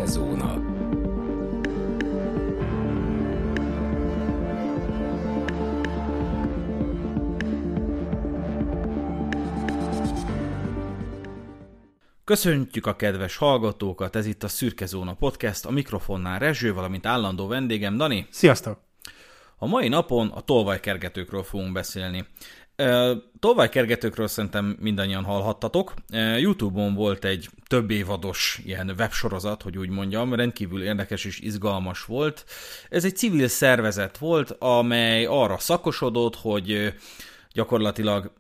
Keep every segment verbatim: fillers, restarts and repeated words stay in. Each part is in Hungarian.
Szürkezóna. Köszöntjük a kedves hallgatókat, ez itt a Szürkezóna podcast, a mikrofonnál Rezső, valamint állandó vendégem Dani. Sziasztok! A mai napon a tolvajkergetőkről fogunk beszélni. Tolvajkergetőkről szerintem mindannyian hallhattatok. YouTube-on volt egy több évados ilyen websorozat, hogy úgy mondjam, rendkívül érdekes és izgalmas volt. Ez egy civil szervezet volt, amely arra szakosodott, hogy gyakorlatilag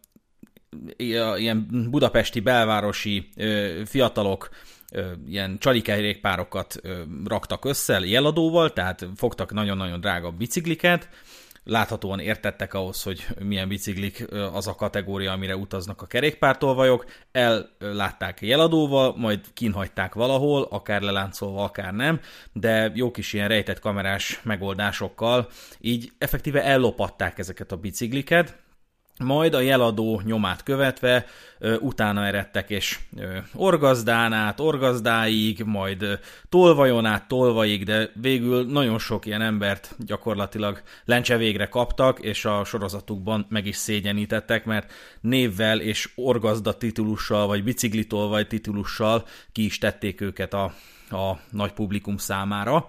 ilyen budapesti belvárosi fiatalok ilyen csalikerékpárokat raktak össze jeladóval, tehát fogtak nagyon-nagyon drága bicikliket, láthatóan értettek ahhoz, hogy milyen biciklik az a kategória, amire utaznak a kerékpártolvajok, ellátták jeladóval, majd kínhagyták valahol, akár leláncolva, akár nem, de jó kis ilyen rejtett kamerás megoldásokkal, így effektíve ellopatták ezeket a bicikliket, majd a jeladó nyomát követve ö, utána eredtek, és ö, orgazdán át, orgazdáig, majd ö, tolvajon át, tolvajig, de végül nagyon sok ilyen embert gyakorlatilag lencse végre kaptak, és a sorozatukban meg is szégyenítettek, mert névvel és orgazda titulussal, vagy biciklitolvaj titulussal ki is tették őket a, a nagy publikum számára.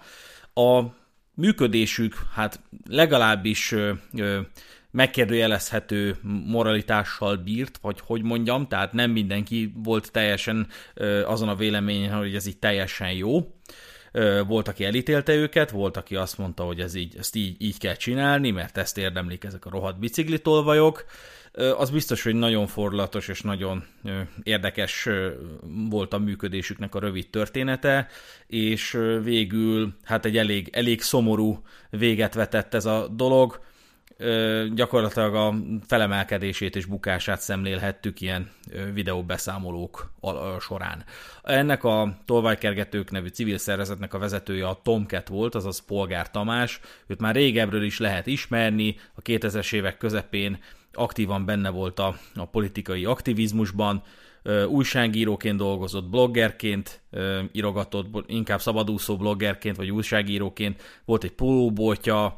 A működésük, hát legalábbis ö, ö, megkérdőjelezhető moralitással bírt, vagy hogy mondjam, tehát nem mindenki volt teljesen azon a véleményen, hogy ez így teljesen jó. Volt, aki elítélte őket, volt, aki azt mondta, hogy ez így, ezt így, így kell csinálni, mert ezt érdemlik ezek a rohadt biciklitolvajok. Az biztos, hogy nagyon fordulatos és nagyon érdekes volt a működésüknek a rövid története, és végül hát egy elég, elég szomorú véget vetett ez a dolog. Gyakorlatilag a felemelkedését és bukását szemlélhettük ilyen videóbeszámolók során. Ennek a Tolvajkergetők nevű civil szervezetnek a vezetője a Tomcat volt, azaz Polgár Tamás. Őt már régebről is lehet ismerni, a kétezres évek közepén aktívan benne volt a, a politikai aktivizmusban, újságíróként dolgozott, bloggerként írogatott, inkább szabadúszó bloggerként vagy újságíróként, volt egy pólóboltja,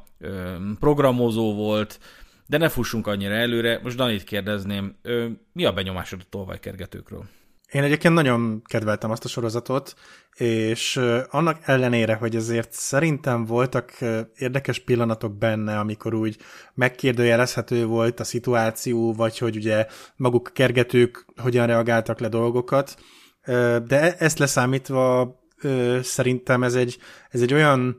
programozó volt, de ne fussunk annyira előre. Most Danit kérdezném, mi a benyomásod a Tolvajkergetőkről? Én egyébként nagyon kedveltem azt a sorozatot, és annak ellenére, hogy azért szerintem voltak érdekes pillanatok benne, amikor úgy megkérdőjelezhető volt a szituáció, vagy hogy ugye maguk a kergetők hogyan reagáltak le dolgokat, de ezt leszámítva szerintem ez egy, ez egy olyan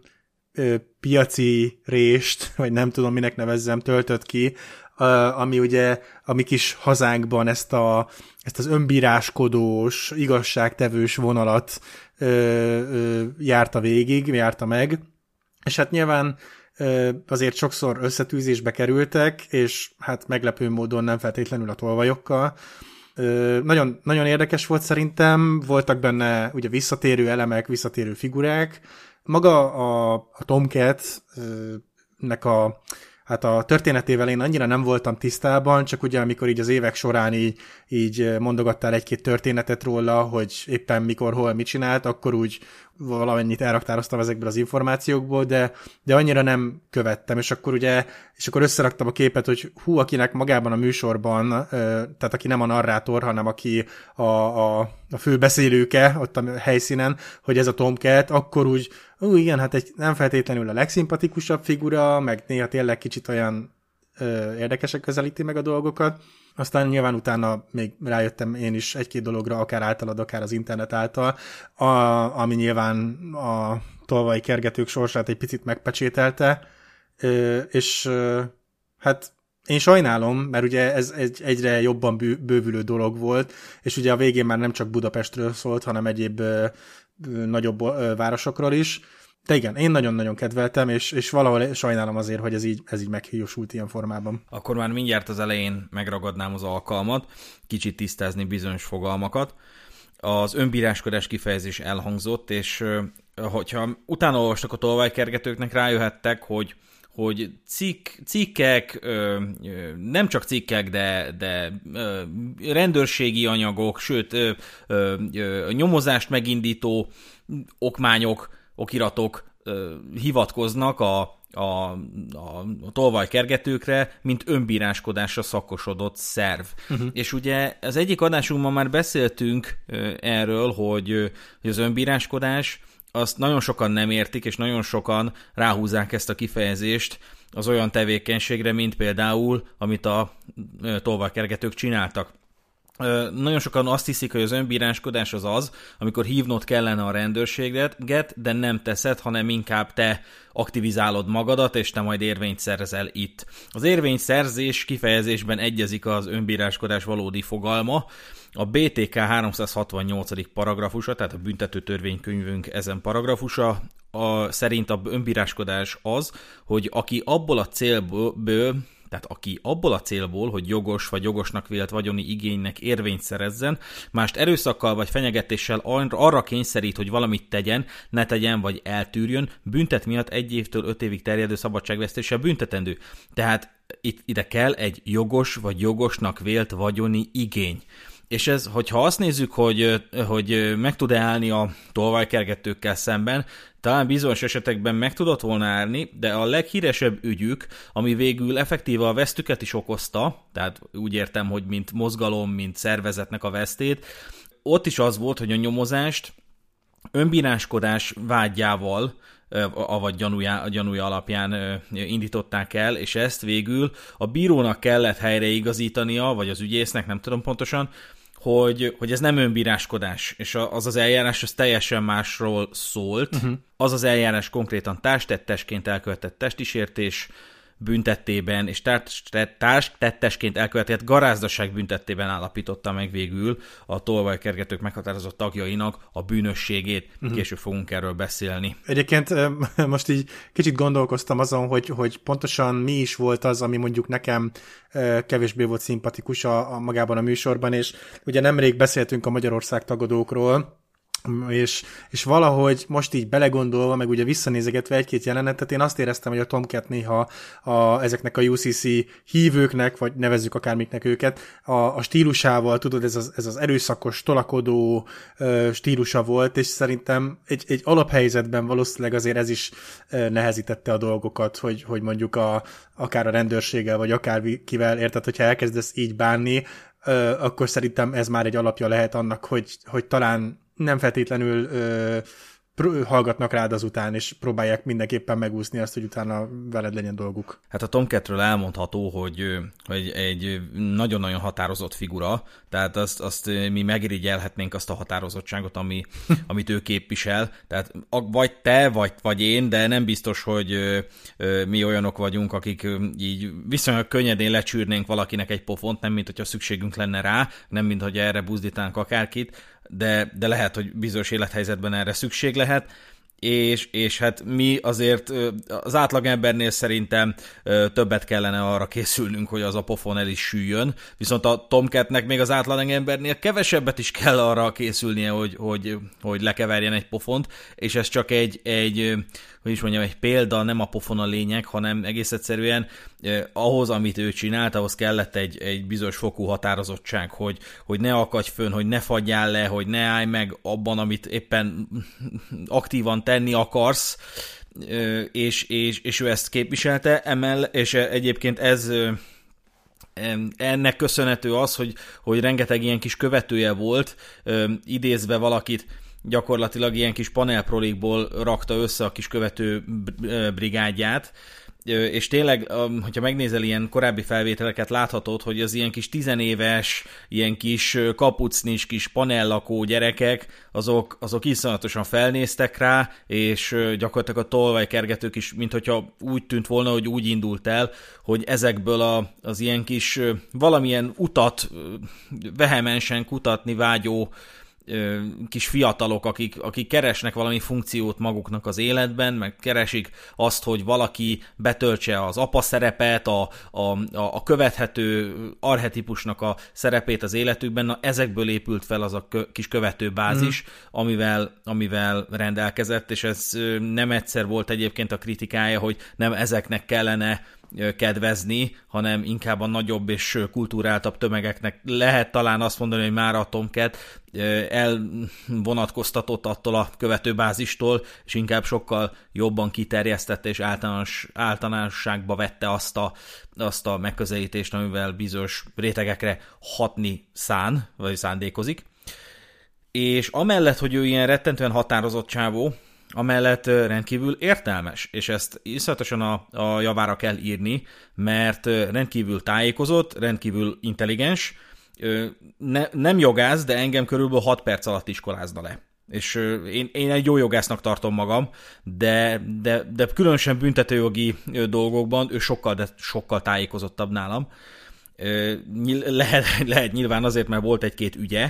piaci rést, vagy nem tudom, minek nevezzem, töltött ki, ami ugye a mi kis hazánkban ezt, a, ezt az önbíráskodós, igazságtevős vonalat ö, ö, járta végig, járta meg, és hát nyilván ö, azért sokszor összetűzésbe kerültek, és hát meglepő módon nem feltétlenül a tolvajokkal. Ö, nagyon, nagyon érdekes volt szerintem, voltak benne ugye visszatérő elemek, visszatérő figurák. Maga a, a Tomcat-nek a, hát a történetével én annyira nem voltam tisztában, csak ugye amikor így az évek során így, így mondogattál egy-két történetet róla, hogy éppen mikor, hol, mit csinált, akkor úgy valamennyit elraktároztam ezekből az információkból, de, de annyira nem követtem, és akkor ugye, és akkor összeraktam a képet, hogy hú, akinek magában a műsorban, tehát aki nem a narrátor, hanem aki a, a, a fő beszélőke ott a helyszínen, hogy ez a Tomcat, akkor úgy, ú, igen, hát egy, nem feltétlenül a legszimpatikusabb figura, meg néha tényleg kicsit olyan ö, érdekesek közelíti meg a dolgokat. Aztán nyilván utána még rájöttem én is egy-két dologra, akár általad, akár az internet által, a, ami nyilván a tolvajkergetők sorsát egy picit megpecsételte, ö, és ö, hát én sajnálom, mert ugye ez egy egyre jobban bő, bővülő dolog volt, és ugye a végén már nem csak Budapestről szólt, hanem egyéb ö, ö, nagyobb ö, városokról is. De igen, én nagyon-nagyon kedveltem, és, és valahol sajnálom azért, hogy ez így, ez így meghiúsult ilyen formában. Akkor már mindjárt az elején megragadnám az alkalmat, kicsit tisztázni bizonyos fogalmakat. Az önbíráskodás kifejezés elhangzott, és hogyha utána olvastak a tolvajkergetőknek, rájöhettek, hogy hogy cikk, cikkek, nem csak cikkek, de, de rendőrségi anyagok, sőt, nyomozást megindító okmányok, okiratok hivatkoznak a, a, a, a tolvajkergetőkre, mint önbíráskodásra szakosodott szerv. Uh-huh. És ugye az egyik adásunkban már beszéltünk erről, hogy, hogy az önbíráskodás, azt nagyon sokan nem értik, és nagyon sokan ráhúzzák ezt a kifejezést az olyan tevékenységre, mint például, amit a tolvajkergetők csináltak. Nagyon sokan azt hiszik, hogy az önbíráskodás az az, amikor hívnod kellene a rendőrséget, de nem teszed, hanem inkább te aktivizálod magadat, és te majd érvényt szerzel itt. Az érvényszerzés kifejezésben egyezik az önbíráskodás valódi fogalma. A bé té ká háromszázhatvannyolcadik paragrafusa, tehát a büntető törvénykönyvünk ezen paragrafusa, a, szerint a önbíráskodás az, hogy aki abból a célból, tehát aki abból a célból, hogy jogos vagy jogosnak vélt vagyoni igénynek érvényt szerezzen, mást erőszakkal vagy fenyegetéssel arra kényszerít, hogy valamit tegyen, ne tegyen vagy eltűrjön, büntet miatt egy évtől öt évig terjedő szabadságvesztéssel büntetendő. Tehát itt ide kell egy jogos vagy jogosnak vélt vagyoni igény. És ez, hogyha azt nézzük, hogy, hogy meg tud-e állni a tolvajkergetőkkel szemben, talán bizonyos esetekben meg tudott volna állni, de a leghíresebb ügyük, ami végül effektíve a vesztüket is okozta, tehát úgy értem, hogy mint mozgalom, mint szervezetnek a vesztét, ott is az volt, hogy a nyomozást önbíráskodás vágyával, avagy gyanúja, a gyanúja alapján indították el, és ezt végül a bírónak kellett helyreigazítania, vagy az ügyésznek, nem tudom pontosan, hogy, hogy ez nem önbíráskodás, és az az eljárás az teljesen másról szólt. Uh-huh. Az az eljárás konkrétan társtettesként elkövetett testisértés büntettében, és társtettesként elkövetett garázdaság büntettében állapította meg végül a tolvajkergetők meghatározott tagjainak a bűnösségét. Uh-huh. Később fogunk erről beszélni. Egyébként most így kicsit gondolkoztam azon, hogy, hogy pontosan mi is volt az, ami mondjuk nekem kevésbé volt szimpatikus a, a magában a műsorban, és ugye nemrég beszéltünk a Magyarország tagadókról, És, és valahogy most így belegondolva, meg ugye visszanézegetve egy-két jelenetet, én azt éreztem, hogy a Tomcat néha a, ezeknek a u cé cé hívőknek, vagy nevezzük akármiknek őket, a, a stílusával, tudod, ez az, ez az erőszakos, tolakodó ö, stílusa volt, és szerintem egy, egy alaphelyzetben valószínűleg azért ez is ö, nehezítette a dolgokat, hogy, hogy mondjuk a, akár a rendőrséggel, vagy akár kivel, érted, hogyha elkezdesz így bánni, ö, akkor szerintem ez már egy alapja lehet annak, hogy, hogy talán nem feltétlenül ö, pr- hallgatnak rád azután, és próbálják mindenképpen megúszni azt, hogy utána veled legyen dolguk. Hát a Tomcatről elmondható, hogy, hogy egy nagyon-nagyon határozott figura, tehát azt, azt mi megirigyelhetnénk azt a határozottságot, ami, amit ő képvisel. Tehát vagy te, vagy, vagy én, de nem biztos, hogy mi olyanok vagyunk, akik így viszonylag könnyedén lecsűrnénk valakinek egy pofont, nem mint hogyha szükségünk lenne rá, nem mint hogy erre buzdítánk akárkit, de, de lehet, hogy bizonyos élethelyzetben erre szükség lehet, és, és hát mi azért az átlagembernél szerintem többet kellene arra készülnünk, hogy az a pofon el is süljön, viszont a Tomcatnek még az átlagembernél kevesebbet is kell arra készülnie, hogy, hogy, hogy lekeverjen egy pofont, és ez csak egy, egy hogy is mondjam, egy példa, nem a pofon a lényeg, hanem egész egyszerűen eh, ahhoz, amit ő csinált, ahhoz kellett egy, egy bizonyos fokú határozottság, hogy, hogy ne akadj fönn, hogy ne fagyjál le, hogy ne állj meg abban, amit éppen aktívan tenni akarsz, eh, és, és, és ő ezt képviselte, emel, és egyébként ez... Eh, ennek köszönhető az, hogy, hogy rengeteg ilyen kis követője volt, eh, idézve valakit, gyakorlatilag ilyen kis panelprolikból rakta össze a kis követő brigádját, és tényleg, hogyha megnézel ilyen korábbi felvételeket, láthatod, hogy az ilyen kis tizenéves, ilyen kis kapucnis, kis panellakó gyerekek, azok, azok iszonyatosan felnéztek rá, és gyakorlatilag a tolvajkergetők is, mint hogyha úgy tűnt volna, hogy úgy indult el, hogy ezekből a, az ilyen kis valamilyen utat, vehemensen kutatni vágyó kis fiatalok, akik, akik keresnek valami funkciót maguknak az életben, meg keresik azt, hogy valaki betöltse az apa szerepet, a, a, a követhető archetipusnak a szerepét az életükben, na ezekből épült fel az a kö, kis követőbázis, mm. amivel, amivel rendelkezett, és ez nem egyszer volt egyébként a kritikája, hogy nem ezeknek kellene kedvezni, hanem inkább a nagyobb és kulturáltabb tömegeknek lehet talán azt mondani, hogy már a Tomcat elvonatkoztatott attól a követőbázistól, és inkább sokkal jobban kiterjesztette és általános, általánosságba vette azt a, azt a megközelítést, amivel bizonyos rétegekre hatni szán, vagy szándékozik. És amellett, hogy ő ilyen rettentően határozott csávó, amellett rendkívül értelmes, és ezt iszonyatosan a, a javára kell írni, mert rendkívül tájékozott, rendkívül intelligens, ne, nem jogász, de engem körülbelül hat perc alatt iskolázna le. És én, én egy jó jogásznak tartom magam, de, de, de különösen büntetőjogi dolgokban ő sokkal, de sokkal tájékozottabb nálam. Lehet, lehet nyilván azért, mert volt egy-két ügye,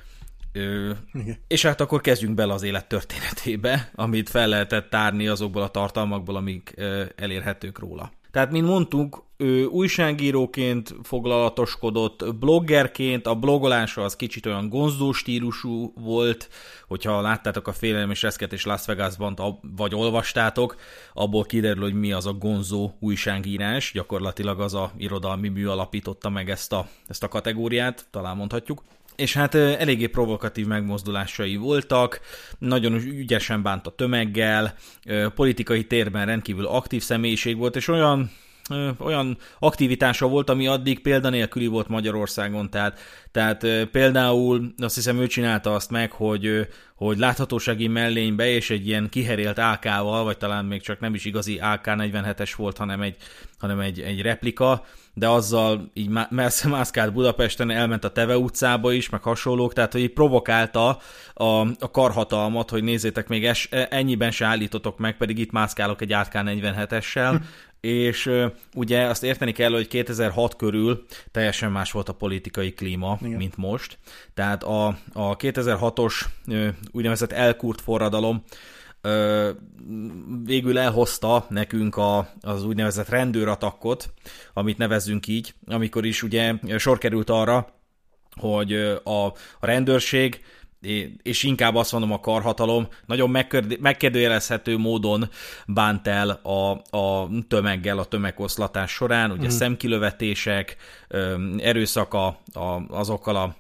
Ö, és hát akkor kezdjünk bele az élet történetébe, amit fel lehetett tárni azokból a tartalmakból, amik ö, elérhetők róla. Tehát, mint mondtuk, ő újságíróként foglalatoskodott, bloggerként, a blogolása az kicsit olyan gonzó stílusú volt, hogyha láttátok a Félelem és Reszketés Las Vegasban, vagy olvastátok, abból kiderül, hogy mi az a gonzó újságírás, gyakorlatilag az a irodalmi mű alapította meg ezt a, ezt a kategóriát, talán mondhatjuk. És hát eléggé provokatív megmozdulásai voltak, nagyon ügyesen bánt a tömeggel, politikai térben rendkívül aktív személyiség volt, és olyan, olyan aktivitása volt, ami addig példanélküli volt Magyarországon. Tehát, tehát például azt hiszem ő csinálta azt meg, hogy, hogy láthatósági mellénybe és egy ilyen kiherélt á ká-val, vagy talán még csak nem is igazi á ká negyvenhetes volt, hanem egy, hanem egy, egy replika, de azzal így messze mászkált Budapesten, elment a Teve utcába is, meg hasonlók, tehát hogy így provokálta a, a karhatalmat, hogy nézzétek, még es, ennyiben se állítotok meg, pedig itt mászkálok egy á ká negyvenhetessel, hm. és uh, ugye azt érteni kell, hogy kétezer-hat körül teljesen más volt a politikai klíma, igen, mint most. Tehát a, a kétezer-hatos uh, úgynevezett elkurt forradalom uh, végül elhozta nekünk a, az úgynevezett rendőrattakkot, amit nevezzünk így, amikor is ugye sor került arra, hogy a, a rendőrség, és inkább azt mondom a karhatalom, nagyon megkérdőjelezhető módon bánt el a, a tömeggel, a tömegoszlatás során, ugye mm. szemkilövetések, erőszak a, a, azokkal a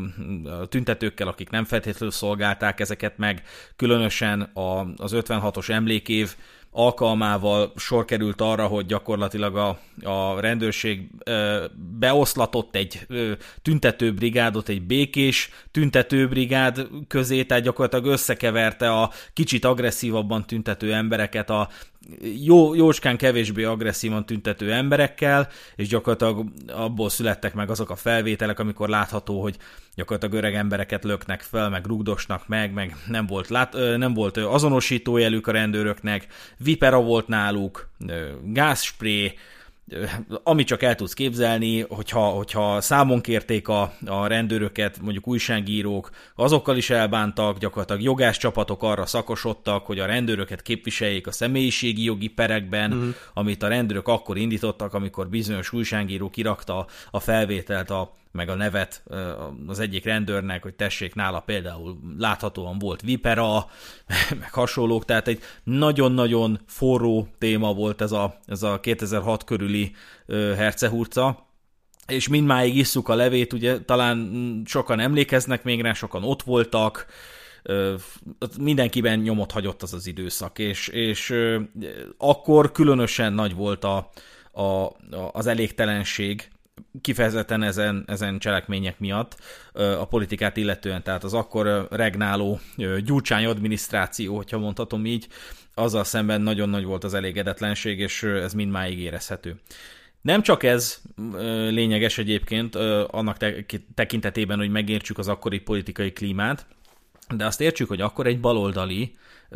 a tüntetőkkel, akik nem feltétlenül szolgálták ezeket meg, különösen a, az ötvenhatos emlékév alkalmával sor került arra, hogy gyakorlatilag a, a rendőrség ö, beoszlatott egy ö, tüntetőbrigádot, egy békés tüntetőbrigád közé, tehát gyakorlatilag összekeverte a kicsit agresszívabban tüntető embereket a jó, jócskán kevésbé agresszívan tüntető emberekkel, és gyakorlatilag abból születtek meg azok a felvételek, amikor látható, hogy gyakorlatilag öreg embereket löknek fel, meg rugdosnak meg, meg nem volt, lát, nem volt azonosítójelük a rendőröknek, vipera volt náluk, gázspré, amit csak el tudsz képzelni, hogyha, hogyha számon kérték a, a rendőröket, mondjuk újságírók, azokkal is elbántak, gyakorlatilag jogászcsapatok arra szakosodtak, hogy a rendőröket képviseljék a személyiségi jogi perekben, uh-huh. amit a rendőrök akkor indítottak, amikor bizonyos újságíró kirakta a felvételt, a, meg a nevet az egyik rendőrnek, hogy tessék, nála például láthatóan volt vipera, meg hasonlók, tehát egy nagyon-nagyon forró téma volt ez a, ez a kétezer-hat körüli hercehurca, és mindmáig isszuk a levét, ugye talán sokan emlékeznek még rá, sokan ott voltak, mindenkiben nyomot hagyott az az időszak, és, és akkor különösen nagy volt a, a, az elégtelenség, kifejezetten ezen, ezen cselekmények miatt a politikát illetően, tehát az akkor regnáló Gyurcsány adminisztráció, hogyha mondhatom így, azzal szemben nagyon nagy volt az elégedetlenség, és ez mindmáig érezhető. Nem csak ez lényeges egyébként annak tekintetében, hogy megértsük az akkori politikai klímát, de azt értsük, hogy akkor egy baloldali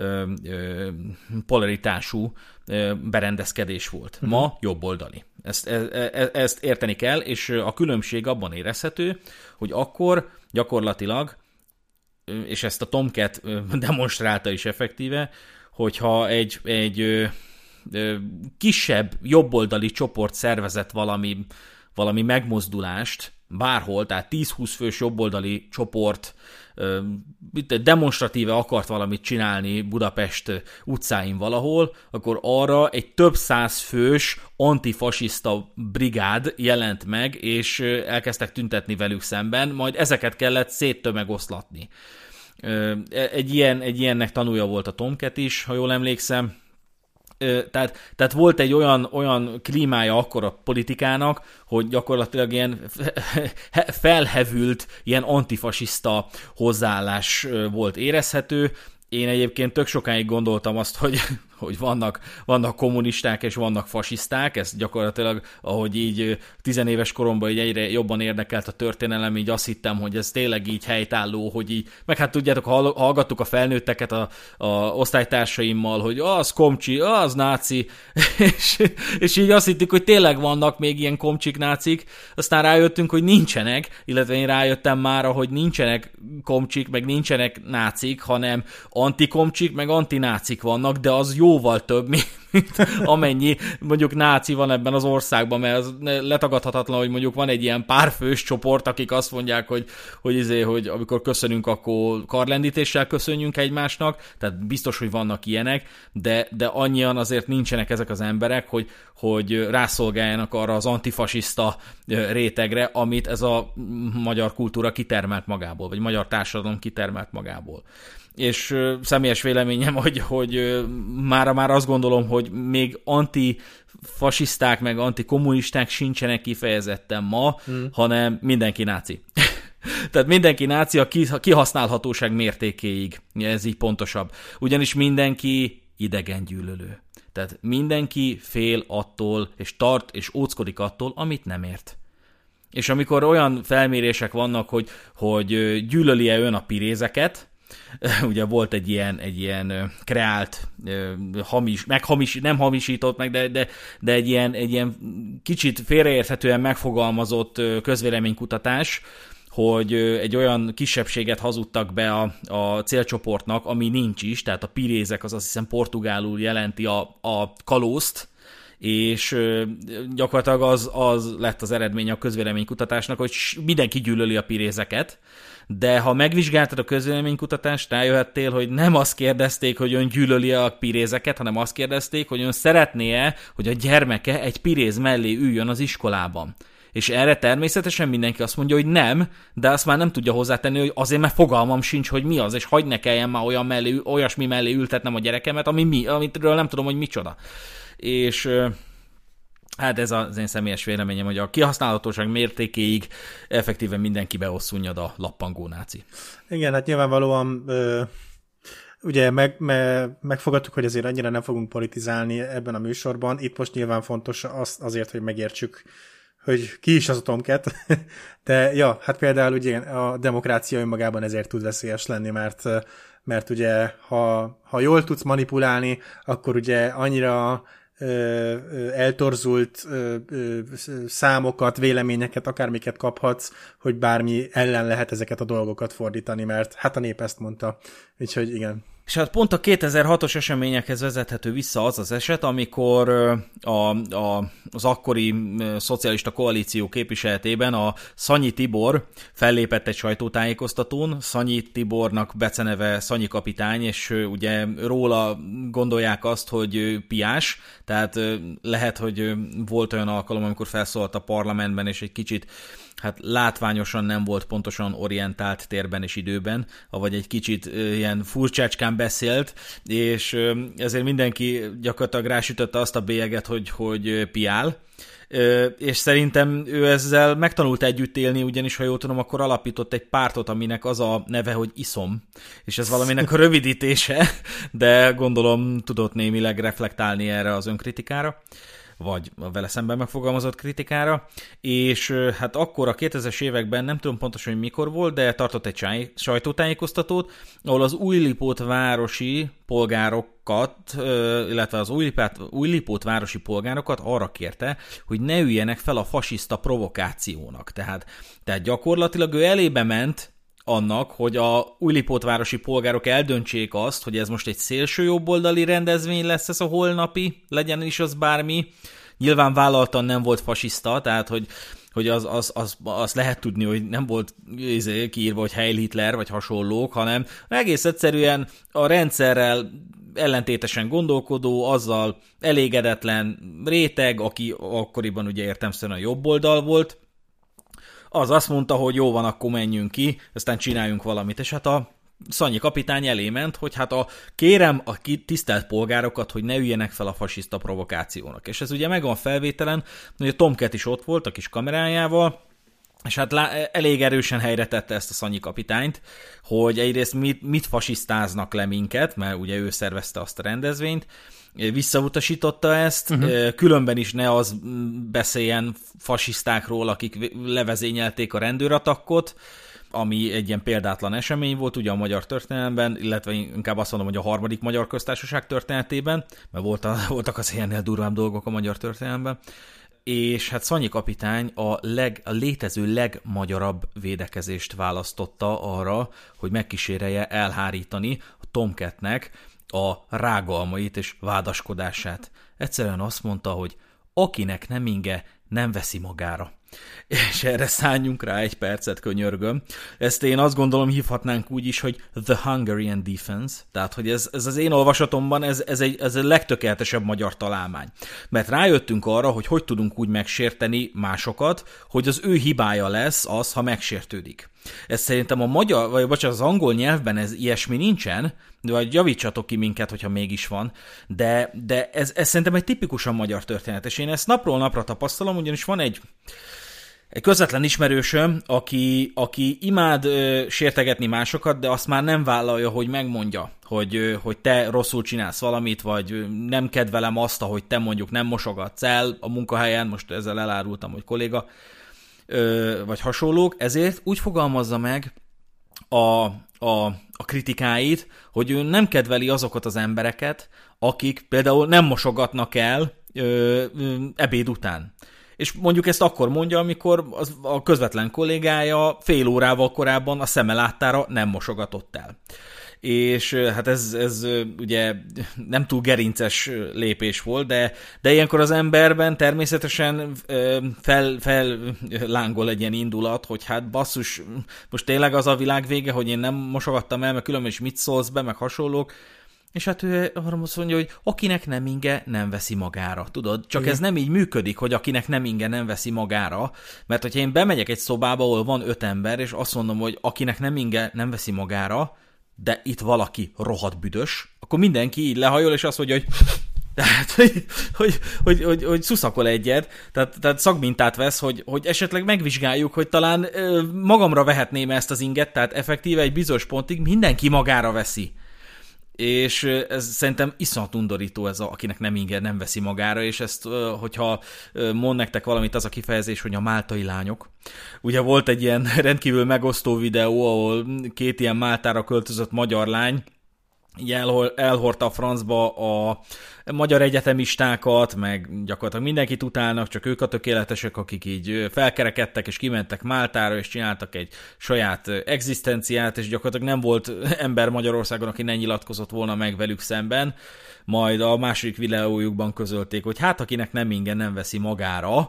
polaritású berendezkedés volt. Ma jobboldali. Ezt, e, e, ezt érteni kell, és a különbség abban érezhető, hogy akkor gyakorlatilag, és ezt a Tomcat demonstrálta is effektíve, hogyha egy, egy kisebb jobboldali csoport szervezett valami, valami megmozdulást, bárhol, tehát tíz-húsz fős jobboldali csoport demonstratíve akart valamit csinálni Budapest utcáin valahol, akkor arra egy több száz fős antifasiszta brigád jelent meg, és elkezdtek tüntetni velük szemben, majd ezeket kellett széttömegoszlatni. Egy, ilyen, egy ilyennek tanulja volt a Tomcat is, ha jól emlékszem. Tehát, tehát volt egy olyan, olyan klímája akkor a politikának, hogy gyakorlatilag ilyen felhevült, ilyen antifasiszta hozzáállás volt érezhető. Én egyébként tök sokáig gondoltam azt, hogy, hogy vannak, vannak kommunisták és vannak fasiszták, ez gyakorlatilag, ahogy így tizenéves koromban így egyre jobban érdekelt a történelem, így azt hittem, hogy ez tényleg így helytálló, hogy így, meg hát tudjátok, hallgattuk a felnőtteket a, a osztálytársaimmal, hogy az komcsi, az náci, és, és így azt hittük, hogy tényleg vannak még ilyen komcsik, nácik, aztán rájöttünk, hogy nincsenek, illetve én rájöttem már, hogy nincsenek komcsik, meg nincsenek nácik, hanem antikomcsik, meg antinácik vannak, de az jóval több, mint amennyi mondjuk náci van ebben az országban, mert az letagadhatatlan, hogy mondjuk van egy ilyen párfős csoport, akik azt mondják, hogy, hogy, izé, hogy amikor köszönünk, akkor karlendítéssel köszönjünk egymásnak, tehát biztos, hogy vannak ilyenek, de, de annyian azért nincsenek ezek az emberek, hogy, hogy rászolgáljanak arra az antifasiszta rétegre, amit ez a magyar kultúra kitermelt magából, vagy magyar társadalom kitermelt magából. És személyes véleményem, hogy, hogy mára már azt gondolom, hogy még antifasiszták, meg antikommunisták sincsenek kifejezetten ma, hmm. hanem mindenki náci. Tehát mindenki náci a kihasználhatóság mértékéig, ez így pontosabb. Ugyanis mindenki idegengyűlölő. Tehát mindenki fél attól, és tart, és óckodik attól, amit nem ért. És amikor olyan felmérések vannak, hogy, hogy gyűlöli-e ön a pirézeket, ugye volt egy ilyen, egy ilyen kreált, hamis, meghamis, nem hamisított meg, de, de, de egy, ilyen, egy ilyen kicsit félreérthetően megfogalmazott közvéleménykutatás, hogy egy olyan kisebbséget hazudtak be a, a célcsoportnak, ami nincs is, tehát a pirézek az azt hiszem portugálul jelenti a, a kalózt, és gyakorlatilag az, az lett az eredménye a közvéleménykutatásnak, hogy mindenki gyűlöli a pirézeket, de ha megvizsgáltad a közvéleménykutatást, rájöhettél, hogy nem azt kérdezték, hogy ön gyűlöli a pirézeket, hanem azt kérdezték, hogy ön szeretné-e, hogy a gyermeke egy piréz mellé üljön az iskolában. És erre természetesen mindenki azt mondja, hogy nem, de azt már nem tudja hozzátenni, hogy azért, mert fogalmam sincs, hogy mi az, és hagyj ne kelljen már olyan mellé, olyasmi mellé ültetnem a gyerekemet, ami mi, amitről nem tudom, hogy micsoda. És hát ez az én személyes véleményem, hogy a kihasználhatóság mértékéig effektíven mindenki beosszunjad a lappangó náci. Igen, hát nyilvánvalóan ö, ugye meg, me, megfogadtuk, hogy azért annyira nem fogunk politizálni ebben a műsorban. Itt most nyilván fontos az, azért, hogy megértsük, hogy ki is az a Tomcat. De ja, hát például ugye a demokrácia önmagában ezért tud veszélyes lenni, mert, mert ugye ha, ha jól tudsz manipulálni, akkor ugye annyira eltorzult számokat, véleményeket, akármiket kaphatsz, hogy bármi ellen lehet ezeket a dolgokat fordítani, mert hát a nép ezt mondta. Úgyhogy igen. És hát pont a kétezer-hatos eseményekhez vezethető vissza az az eset, amikor a, a, az akkori szocialista koalíció képviseletében a Szanyi Tibor fellépett egy sajtótájékoztatón. Szanyi Tibornak beceneve Szanyi kapitány, és ugye róla gondolják azt, hogy piás, tehát lehet, hogy volt olyan alkalom, amikor felszólalt a parlamentben, és egy kicsit hát látványosan nem volt pontosan orientált térben és időben, vagy egy kicsit ilyen furcsácskán beszélt, és ezért mindenki gyakorlatilag rásütötte azt a bélyeget, hogy, hogy piál, és szerintem ő ezzel megtanult együtt élni, ugyanis ha jól tudom, akkor alapított egy pártot, aminek az a neve, hogy iszom, és ez valaminek a rövidítése, de gondolom tudott némileg reflektálni erre az önkritikára, vagy a vele szemben megfogalmazott kritikára, és hát akkor a kétezres években, nem tudom pontosan, hogy mikor volt, de tartott egy sajtótájékoztatót, ahol az Újlipót városi polgárokat, illetve az Újlipót városi polgárokat arra kérte, hogy ne üljenek fel a fasiszta provokációnak. Tehát, tehát gyakorlatilag ő elébe ment annak, hogy a újlipótvárosi polgárok eldöntsék azt, hogy ez most egy szélsőjobboldali rendezvény lesz ez a holnapi, legyen is az bármi. Nyilván vállaltan nem volt fasiszta, tehát hogy, hogy az, az, az, az lehet tudni, hogy nem volt kiírva, hogy Heil Hitler, vagy hasonlók, hanem egész egyszerűen a rendszerrel ellentétesen gondolkodó, azzal elégedetlen réteg, aki akkoriban ugye értelemszerűen a jobb oldal volt, az azt mondta, hogy jó van, akkor menjünk ki, aztán csináljunk valamit, és hát a Szanyi kapitány elé ment, hogy hát a kérem a tisztelt polgárokat, hogy ne üljenek fel a fasiszta provokációnak. És ez ugye megvan felvételen, hogy a Tomcat is ott volt a kis kamerájával, és hát lá- elég erősen helyre tette ezt a Szanyi kapitányt, hogy egyrészt mit, mit fasisztáznak le minket, mert ugye ő szervezte azt a rendezvényt, visszautasította ezt, uh-huh. különben is ne az beszéljen fasisztákról, akik levezényelték a rendőratakkot, ami egy ilyen példátlan esemény volt ugye a magyar történelemben, illetve inkább azt mondom, hogy a harmadik magyar köztársaság történetében, mert voltak az ilyennél durvább dolgok a magyar történelemben, és hát Szanyi kapitány a, leg, a létező legmagyarabb védekezést választotta arra, hogy megkísérelje elhárítani a Tomcatnek a rágalmait és vádaskodását. Egyszerűen azt mondta, hogy akinek nem inge, nem veszi magára. És erre szálljunk rá egy percet, könyörgöm. Ezt én azt gondolom hívhatnánk úgy is, hogy The Hungarian Defense, tehát hogy ez, ez az én olvasatomban ez, ez, egy, ez egy legtökéletesebb magyar találmány. Mert rájöttünk arra, hogy hogy tudunk úgy megsérteni másokat, hogy az ő hibája lesz az, ha megsértődik. Ez szerintem a magyar, vagy bocsánat, az angol nyelvben ez ilyesmi nincsen, vagy javítsatok ki minket, hogyha mégis van, de, de ez, ez szerintem egy tipikusan magyar történet, és én ezt napról napra tapasztalom, ugyanis van egy Egy közvetlen ismerősöm, aki, aki imád ö, sértegetni másokat, de azt már nem vállalja, hogy megmondja, hogy, ö, hogy te rosszul csinálsz valamit, vagy ö, nem kedvelem azt, ahogy te mondjuk nem mosogatsz el a munkahelyen, most ezzel elárultam, hogy kolléga, ö, vagy hasonlók, ezért úgy fogalmazza meg a, a, a kritikáit, hogy ő nem kedveli azokat az embereket, akik például nem mosogatnak el ö, ö, ebéd után. És mondjuk ezt akkor mondja, amikor az, a közvetlen kollégája fél órával korábban a szeme láttára nem mosogatott el. És hát ez, ez ugye nem túl gerinces lépés volt, de, de ilyenkor az emberben természetesen fel, fellángol egy ilyen indulat, hogy hát basszus, most tényleg az a világ vége, hogy én nem mosogattam el, mert különben is mit szólsz be, meg hasonlók. És hát ő arra azt mondja, hogy akinek nem inge, nem veszi magára. Tudod? Csak igen. Ez nem így működik, hogy akinek nem inge, nem veszi magára. Mert hogyha én bemegyek egy szobába, ahol van öt ember, és azt mondom, hogy akinek nem inge, nem veszi magára, de itt valaki rohadt büdös, akkor mindenki így lehajol, és azt mondja, hogy tehát, hogy, hogy, hogy, hogy, hogy szuszakol egyet, tehát, tehát szagmintát vesz, hogy, hogy esetleg megvizsgáljuk, hogy talán ö, magamra vehetném ezt az inget, tehát effektíve egy bizonyos pontig mindenki magára veszi. És ez szerintem iszonyat undorító ez, a, akinek nem inger, nem veszi magára, és ezt, hogyha mond nektek valamit az a kifejezés, hogy a máltai lányok. Ugye volt egy ilyen rendkívül megosztó videó, ahol két ilyen Máltára költözött magyar lány elhordta a francba a magyar egyetemistákat, meg gyakorlatilag mindenkit utálnak, csak ők a tökéletesek, akik így felkerekedtek, és kimentek Máltára, és csináltak egy saját egzisztenciát, és gyakorlatilag nem volt ember Magyarországon, aki ne nyilatkozott volna meg velük szemben. Majd a második videójukban közölték, hogy hát akinek nem ingen, nem veszi magára.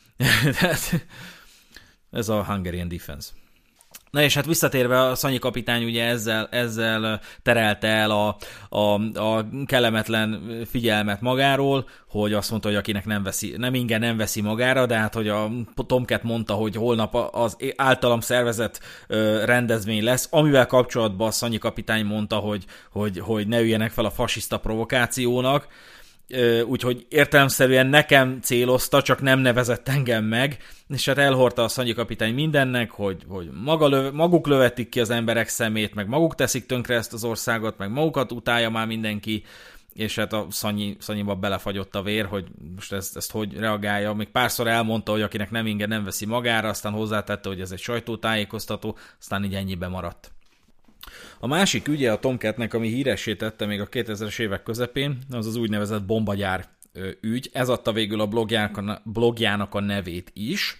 Ez a Hungarian Defense. Na és hát visszatérve, a Szanyi kapitány ugye ezzel, ezzel terelte el a, a, a kellemetlen figyelmet magáról, hogy azt mondta, hogy akinek nem veszi, nem ingen nem veszi magára, de hát hogy a Tomcat mondta, hogy holnap az általam szervezett rendezvény lesz, amivel kapcsolatban a Szanyi kapitány mondta, hogy, hogy, hogy ne üljenek fel a fasiszta provokációnak, úgyhogy értelemszerűen nekem célozta, csak nem nevezett engem meg, és hát elhordta a Szanyi kapitány mindennek, hogy, hogy maga löv, maguk lövetik ki az emberek szemét, meg maguk teszik tönkre ezt az országot, meg magukat utálja már mindenki, és hát a Szanyi, Szanyiba belefagyott a vér, hogy most ezt, ezt hogy reagálja. Még párszor elmondta, hogy akinek nem inge, nem veszi magára, aztán hozzátette, hogy ez egy sajtótájékoztató, aztán így ennyibe maradt. A másik ügye a Tomcatnek, ami híressé tette még a kétezres évek közepén, az az úgynevezett bombagyár ügy. Ez adta végül a blogjának a, blogjának a nevét is.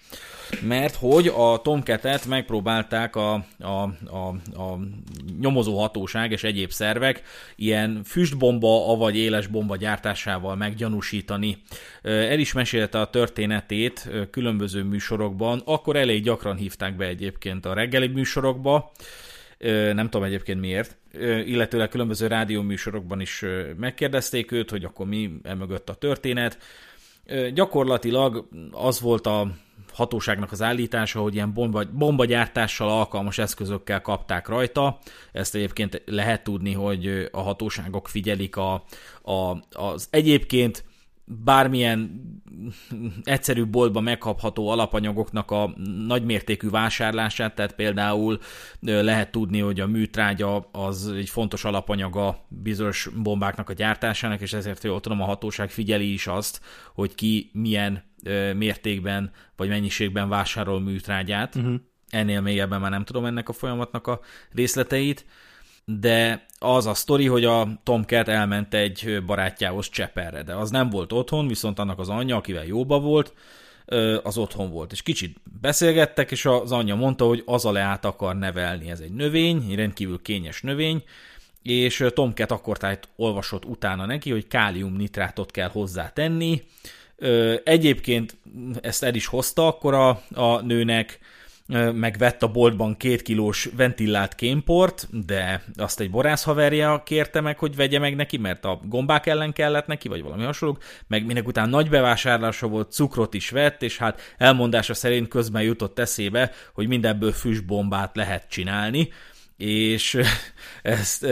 mert hogy a Tomcat-et megpróbálták a, a, a, a nyomozó hatóság és egyéb szervek ilyen füstbomba, avagy éles bomba gyártásával meggyanúsítani. El is mesélte a történetét különböző műsorokban, akkor elég gyakran hívták be egyébként a reggeli műsorokba, nem tudom egyébként miért, illetőleg különböző rádióműsorokban is megkérdezték őt, hogy akkor mi emögött a történet. Gyakorlatilag az volt a hatóságnak az állítása, hogy ilyen bomba, bombagyártással alkalmas eszközökkel kapták rajta. Ezt egyébként lehet tudni, hogy a hatóságok figyelik a, a, az egyébként bármilyen egyszerű boltban megkapható alapanyagoknak a nagymértékű vásárlását, tehát például lehet tudni, hogy a műtrágya az egy fontos alapanyaga bizonyos bombáknak a gyártásának, és ezért jól tudom, a hatóság figyeli is azt, hogy ki milyen mértékben vagy mennyiségben vásárol műtrágyát. Uh-huh. Ennél mélyebben már nem tudom ennek a folyamatnak a részleteit, de az a sztori, hogy a Tomcat elment egy barátjához Cseperre, de az nem volt otthon, viszont annak az anyja, akivel jóba volt, az otthon volt. És kicsit beszélgettek, és az anyja mondta, hogy azaleát akar nevelni. Ez egy növény, egy rendkívül kényes növény, és Tomcat akkor tájt olvasott utána neki, hogy káliumnitrátot kell hozzátenni. Egyébként ezt el is hozta akkor a, a nőnek, megvett a boltban két kilós ventillált kémport, de azt egy borászhaverja kérte meg, hogy vegye meg neki, mert a gombák ellen kellett neki, vagy valami hasonló, meg minek után nagy bevásárlása volt, cukrot is vett, és hát elmondása szerint közben jutott eszébe, hogy mindebből füstbombát lehet csinálni, és ezt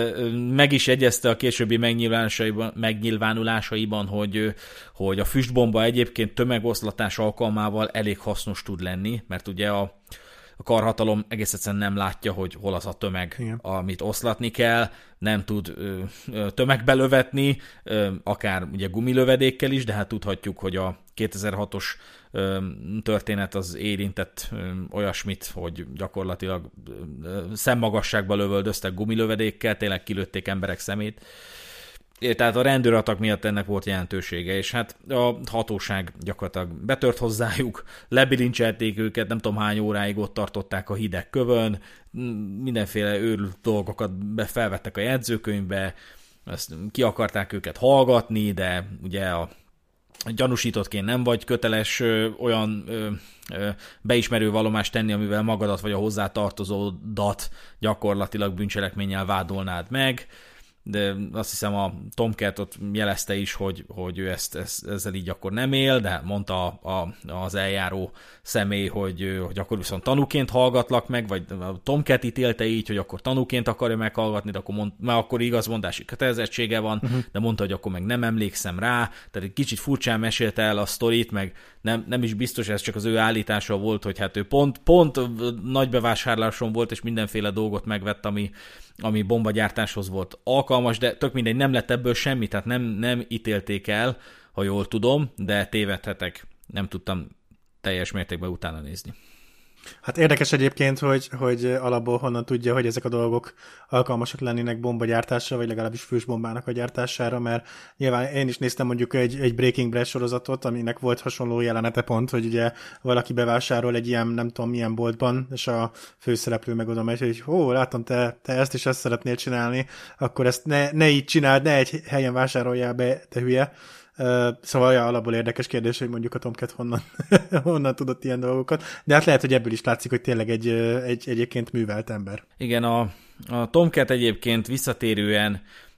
meg is jegyezte a későbbi megnyilvánulásaiban, megnyilvánulásaiban hogy, hogy a füstbomba egyébként tömegoszlatás alkalmával elég hasznos tud lenni, mert ugye a, a karhatalom egész egyszerűen nem látja, hogy hol az a tömeg, igen, amit oszlatni kell, nem tud ö, tömegbe lövetni, ö, akár ugye gumilövedékkel is, de hát tudhatjuk, hogy a kétezer-hatos ö, történet az érintett ö, olyasmit, hogy gyakorlatilag ö, szemmagasságba lövöldöztek gumilövedékkel, tényleg kilőtték emberek szemét. Tehát a rendőratak miatt ennek volt jelentősége, és hát a hatóság gyakorlatilag betört hozzájuk, lebilincselték őket, nem tudom hány óráig ott tartották a hideg kövön, mindenféle őrült dolgokat felvettek a jegyzőkönyvbe, ezt ki akarták őket hallgatni, de ugye a gyanúsítottként nem vagy köteles ö, olyan ö, ö, beismerő vallomást tenni, amivel magadat vagy a hozzátartozódat gyakorlatilag bűncselekménnyel vádolnád meg, de azt hiszem a Tomcat ott jelezte is, hogy, hogy ő ezt, ezt, ezzel így akkor nem él, de mondta a, a, az eljáró személy, hogy, hogy akkor viszont tanúként hallgatlak meg, vagy a Tomcat ítélte így, hogy akkor tanúként akarja meghallgatni, de akkor, mond, mert akkor igazmondási kötelezettsége van, uh-huh. de mondta, hogy akkor meg nem emlékszem rá, tehát egy kicsit furcsán mesélte el a sztorit, meg nem, nem is biztos, ez csak az ő állítása volt, hogy hát ő pont, pont nagy bevásárláson volt, és mindenféle dolgot megvett, ami ami bombagyártáshoz volt alkalmas, de tök mindegy, nem lett ebből semmi, tehát nem, nem ítélték el, ha jól tudom, de tévedhetek, nem tudtam teljes mértékben utána nézni. Hát érdekes egyébként, hogy, hogy alapból honnan tudja, hogy ezek a dolgok alkalmasak lennének bombagyártásra, vagy legalábbis fősbombának a gyártására, mert nyilván én is néztem mondjuk egy, egy Breaking Bad sorozatot, aminek volt hasonló jelenete pont, hogy ugye valaki bevásárol egy ilyen, nem tudom milyen boltban, és a főszereplő meg oda megy, hogy ó, látom, te, te ezt is ezt szeretnél csinálni, akkor ezt ne, ne így csináld, ne egy helyen vásároljál be, te hülye. Uh, szóval ja, alapból érdekes kérdés, hogy mondjuk a Tomcat honnan, honnan tudott ilyen dolgokat, de hát lehet, hogy ebből is látszik, hogy tényleg egy, egy egyébként művelt ember. Igen, a, a Tomcat egyébként visszatérően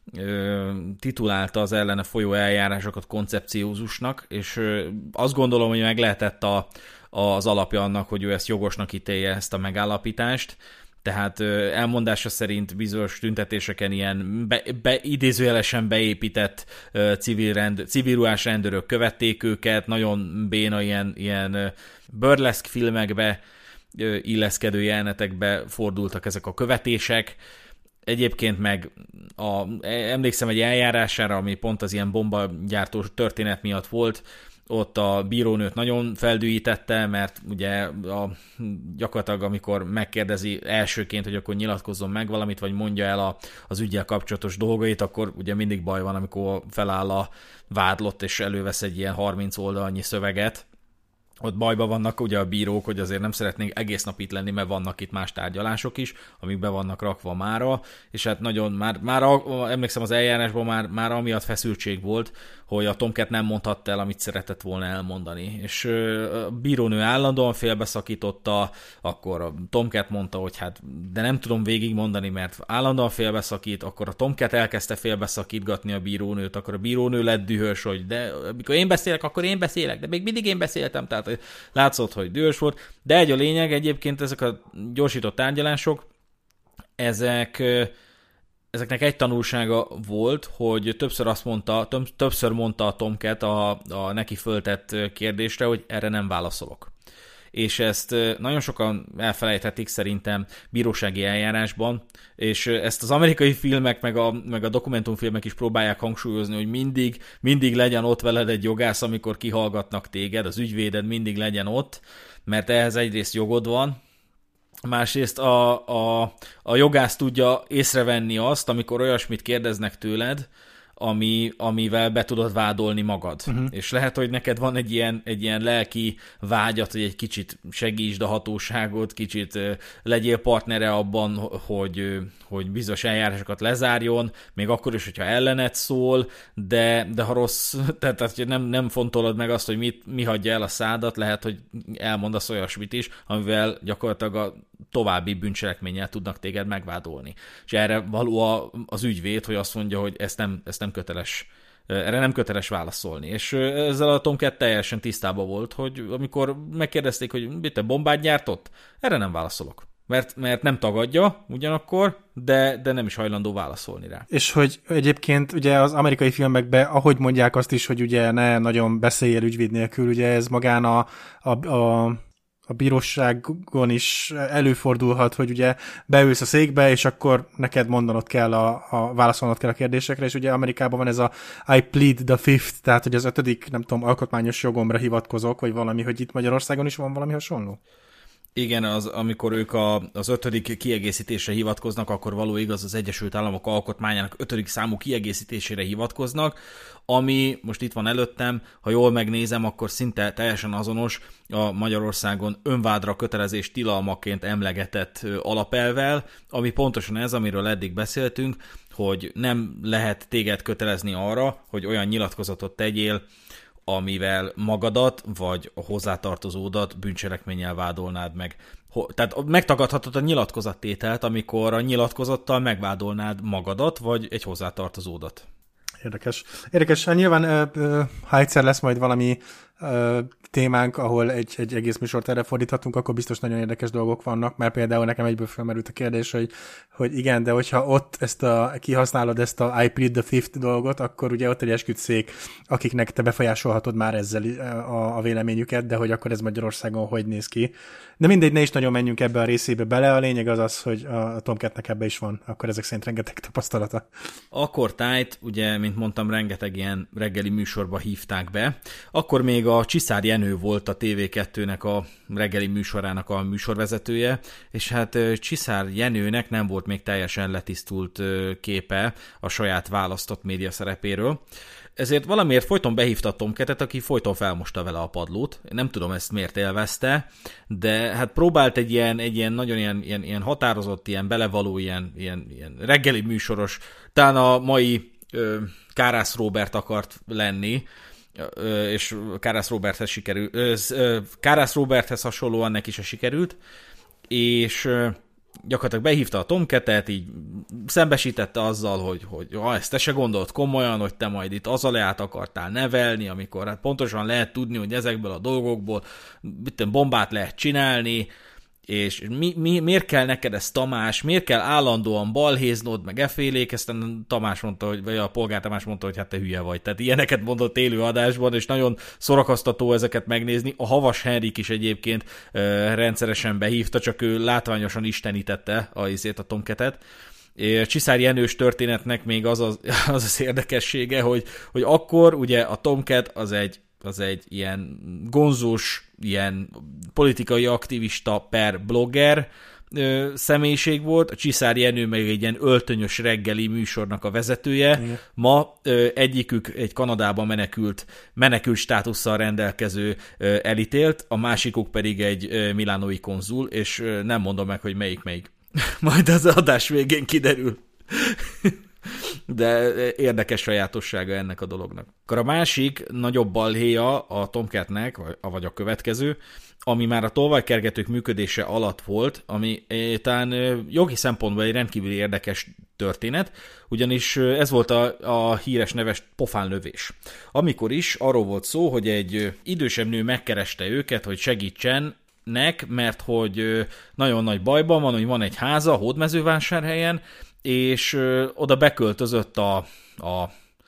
ö, titulálta az ellene folyó eljárásokat koncepciózusnak, és ö, azt gondolom, hogy meg lehetett a, az alapja annak, hogy ő ezt jogosnak ítélje, ezt a megállapítást. Tehát elmondása szerint bizonyos tüntetéseken ilyen be, be, idézőjelesen beépített civil, rend, civil ruhás rendőrök követték őket, nagyon béna ilyen, ilyen burleszk filmekbe illeszkedő jelenetekbe fordultak ezek a követések. Egyébként meg a, emlékszem egy eljárására, ami pont az ilyen bombagyártó történet miatt volt, ott a bírónőt nagyon feldühítette, mert ugye a, gyakorlatilag amikor megkérdezi elsőként, hogy akkor nyilatkozzon meg valamit, vagy mondja el a, az üggyel kapcsolatos dolgait, akkor ugye mindig baj van, amikor feláll a vádlott, és elővesz egy ilyen harminc oldalnyi szöveget, ott bajban vannak ugye a bírók, hogy azért nem szeretnénk egész nap itt lenni, mert vannak itt más tárgyalások is, amik be vannak rakva mára, és hát nagyon, már, már a, emlékszem az eljárásban már, már amiatt feszültség volt, hogy a Tomcat nem mondhatta el, amit szeretett volna elmondani. És a bírónő állandóan félbeszakította, akkor a Tomcat mondta, hogy hát, de nem tudom végigmondani, mert állandóan félbeszakít, akkor a Tomcat elkezdte félbeszakítgatni a bírónőt, akkor a bírónő lett dühös, hogy de amikor én beszélek, akkor én beszélek, de még mindig én beszéltem, tehát látszott, hogy dühös volt. De egy a lényeg, egyébként ezek a gyorsított tárgyalások, ezek... ezeknek egy tanulsága volt, hogy többször azt mondta, többször mondta a Tomcat a, a neki föltett kérdésre, hogy erre nem válaszolok. És ezt nagyon sokan elfelejthetik szerintem bírósági eljárásban, és ezt az amerikai filmek, meg a, meg a dokumentumfilmek is próbálják hangsúlyozni, hogy mindig, mindig legyen ott veled egy jogász, amikor kihallgatnak téged, az ügyvéded mindig legyen ott, mert ehhez egyrészt jogod van, másrészt a, a, a jogász tudja észrevenni azt, amikor olyasmit kérdeznek tőled, ami, amivel be tudod vádolni magad. Uh-huh. És lehet, hogy neked van egy ilyen, egy ilyen lelki vágyat, hogy egy kicsit segítsd a hatóságot, kicsit legyél partnere abban, hogy, hogy bizonyos eljárásokat lezárjon, még akkor is, hogyha ellened szól, de, de ha rossz, tehát, tehát nem, nem fontolod meg azt, hogy mit, mi hagyja el a szádat, lehet, hogy elmondasz olyasmit is, amivel gyakorlatilag a további bűncselekménnyel tudnak téged megvádolni. És erre való a, az ügyvéd, hogy azt mondja, hogy ezt nem, ezt nem köteles, erre nem köteles válaszolni. És ezzel a Tomcat teljesen tisztában volt, hogy amikor megkérdezték, hogy mit, bombát gyártott, erre nem válaszolok. Mert, mert nem tagadja ugyanakkor, de, de nem is hajlandó válaszolni rá. És hogy egyébként ugye az amerikai filmekben, ahogy mondják azt is, hogy ugye ne nagyon beszéljél ügyvéd nélkül, ugye ez magán a, a, a a bíróságon is előfordulhat, hogy ugye beülsz a székbe, és akkor neked mondanod kell, a, a válaszolnod kell a kérdésekre, és ugye Amerikában van ez a I plead the fifth, tehát hogy az ötödik, nem tudom, alkotmányos jogomra hivatkozok, vagy valami, hogy itt Magyarországon is van valami hasonló? Igen, az, amikor ők a, az ötödik kiegészítésre hivatkoznak, akkor való igaz, az Egyesült Államok alkotmányának ötödik számú kiegészítésére hivatkoznak, ami most itt van előttem, ha jól megnézem, akkor szinte teljesen azonos a Magyarországon önvádra kötelezés tilalmaként emlegetett alapelvvel, ami pontosan ez, amiről eddig beszéltünk, hogy nem lehet téged kötelezni arra, hogy olyan nyilatkozatot tegyél, amivel magadat, vagy a hozzátartozódat bűncselekménnyel vádolnád meg. Tehát megtagadhatod a nyilatkozattételt, amikor a nyilatkozattal megvádolnád magadat, vagy egy hozzátartozódat. Érdekes. Érdekes, hát nyilván ha egyszer lesz majd valami ö, témánk, ahol egy, egy egész műsort erre fordíthatunk, akkor biztos nagyon érdekes dolgok vannak, mert például nekem egyből felmerült a kérdés, hogy, hogy igen, de hogyha ott ezt a, kihasználod ezt a I plead the fifth dolgot, akkor ugye ott egy esküdtszék, akiknek te befolyásolhatod már ezzel a, a véleményüket, de hogy akkor ez Magyarországon hogy néz ki. De mindegy, ne is nagyon menjünk ebbe a részébe bele, a lényeg az az, hogy a Tomcatnek ebbe is van, akkor ezek szerint rengeteg tapasztalata. Akkor tájt, ugye, mint mondtam, rengeteg ilyen reggeli műsorba hívták be, akkor még a Csiszár Jenő volt a té vé kettőnek a reggeli műsorának a műsorvezetője, és hát Csiszár Jenőnek nem volt még teljesen letisztult képe a saját választott média szerepéről, ezért valamiért folyton behívta a Tomcatet, aki folyton felmosta vele a padlót. Nem tudom, ezt miért élvezte, de hát próbált egy ilyen, egy ilyen nagyon ilyen, ilyen, ilyen határozott, ilyen belevaló, ilyen, ilyen, ilyen reggeli műsoros, talán a mai ö, Kárász Róbert akart lenni, ö, és Kárász Róberthez sikerült, ö, ö, Kárász Róberthez hasonlóan neki se sikerült, és ö, gyakorlatilag behívta a Tomcatet, így szembesítette azzal, hogy, hogy ha ezt te se gondolt komolyan, hogy te majd itt azaleát akartál nevelni, amikor hát pontosan lehet tudni, hogy ezekből a dolgokból bombát lehet csinálni, és mi, mi, miért kell neked ez, Tamás, miért kell állandóan balhéznod, meg efélék, aztán Tamás mondta, hogy, vagy a polgár Tamás mondta, hogy hát te hülye vagy. Tehát ilyeneket mondott élő adásban, és nagyon szórakoztató ezeket megnézni. A Havas Henrik is egyébként uh, rendszeresen behívta, csak ő látványosan istenítette a izét, a Tomcatet. Csiszár Jenős történetnek még az az, az, az érdekessége, hogy, hogy akkor ugye a Tomcat az egy az egy ilyen gonzós, ilyen politikai aktivista per blogger, ö, személyiség volt, a Csiszár Jenő meg egy ilyen öltönyös reggeli műsornak a vezetője. Igen. Ma ö, egyikük egy Kanadában menekült, menekült státusszal rendelkező ö, elítélt, a másikuk pedig egy ö, milánói konzul, és ö, nem mondom meg, hogy melyik melyik. Majd az adás végén kiderül. De érdekes sajátossága ennek a dolognak. Akkor a másik nagyobb balhéja a Tomcatnek, vagy a következő, ami már a tolvajkergetők működése alatt volt, ami talán jogi szempontból egy rendkívül érdekes történet, ugyanis ez volt a, a híres neves pofánlövés. Amikor is arról volt szó, hogy egy idősebb nő megkereste őket, hogy segítsenek, mert hogy nagyon nagy bajban van, hogy van egy háza Hódmezővásárhelyen, és ö, oda beköltözött a, a,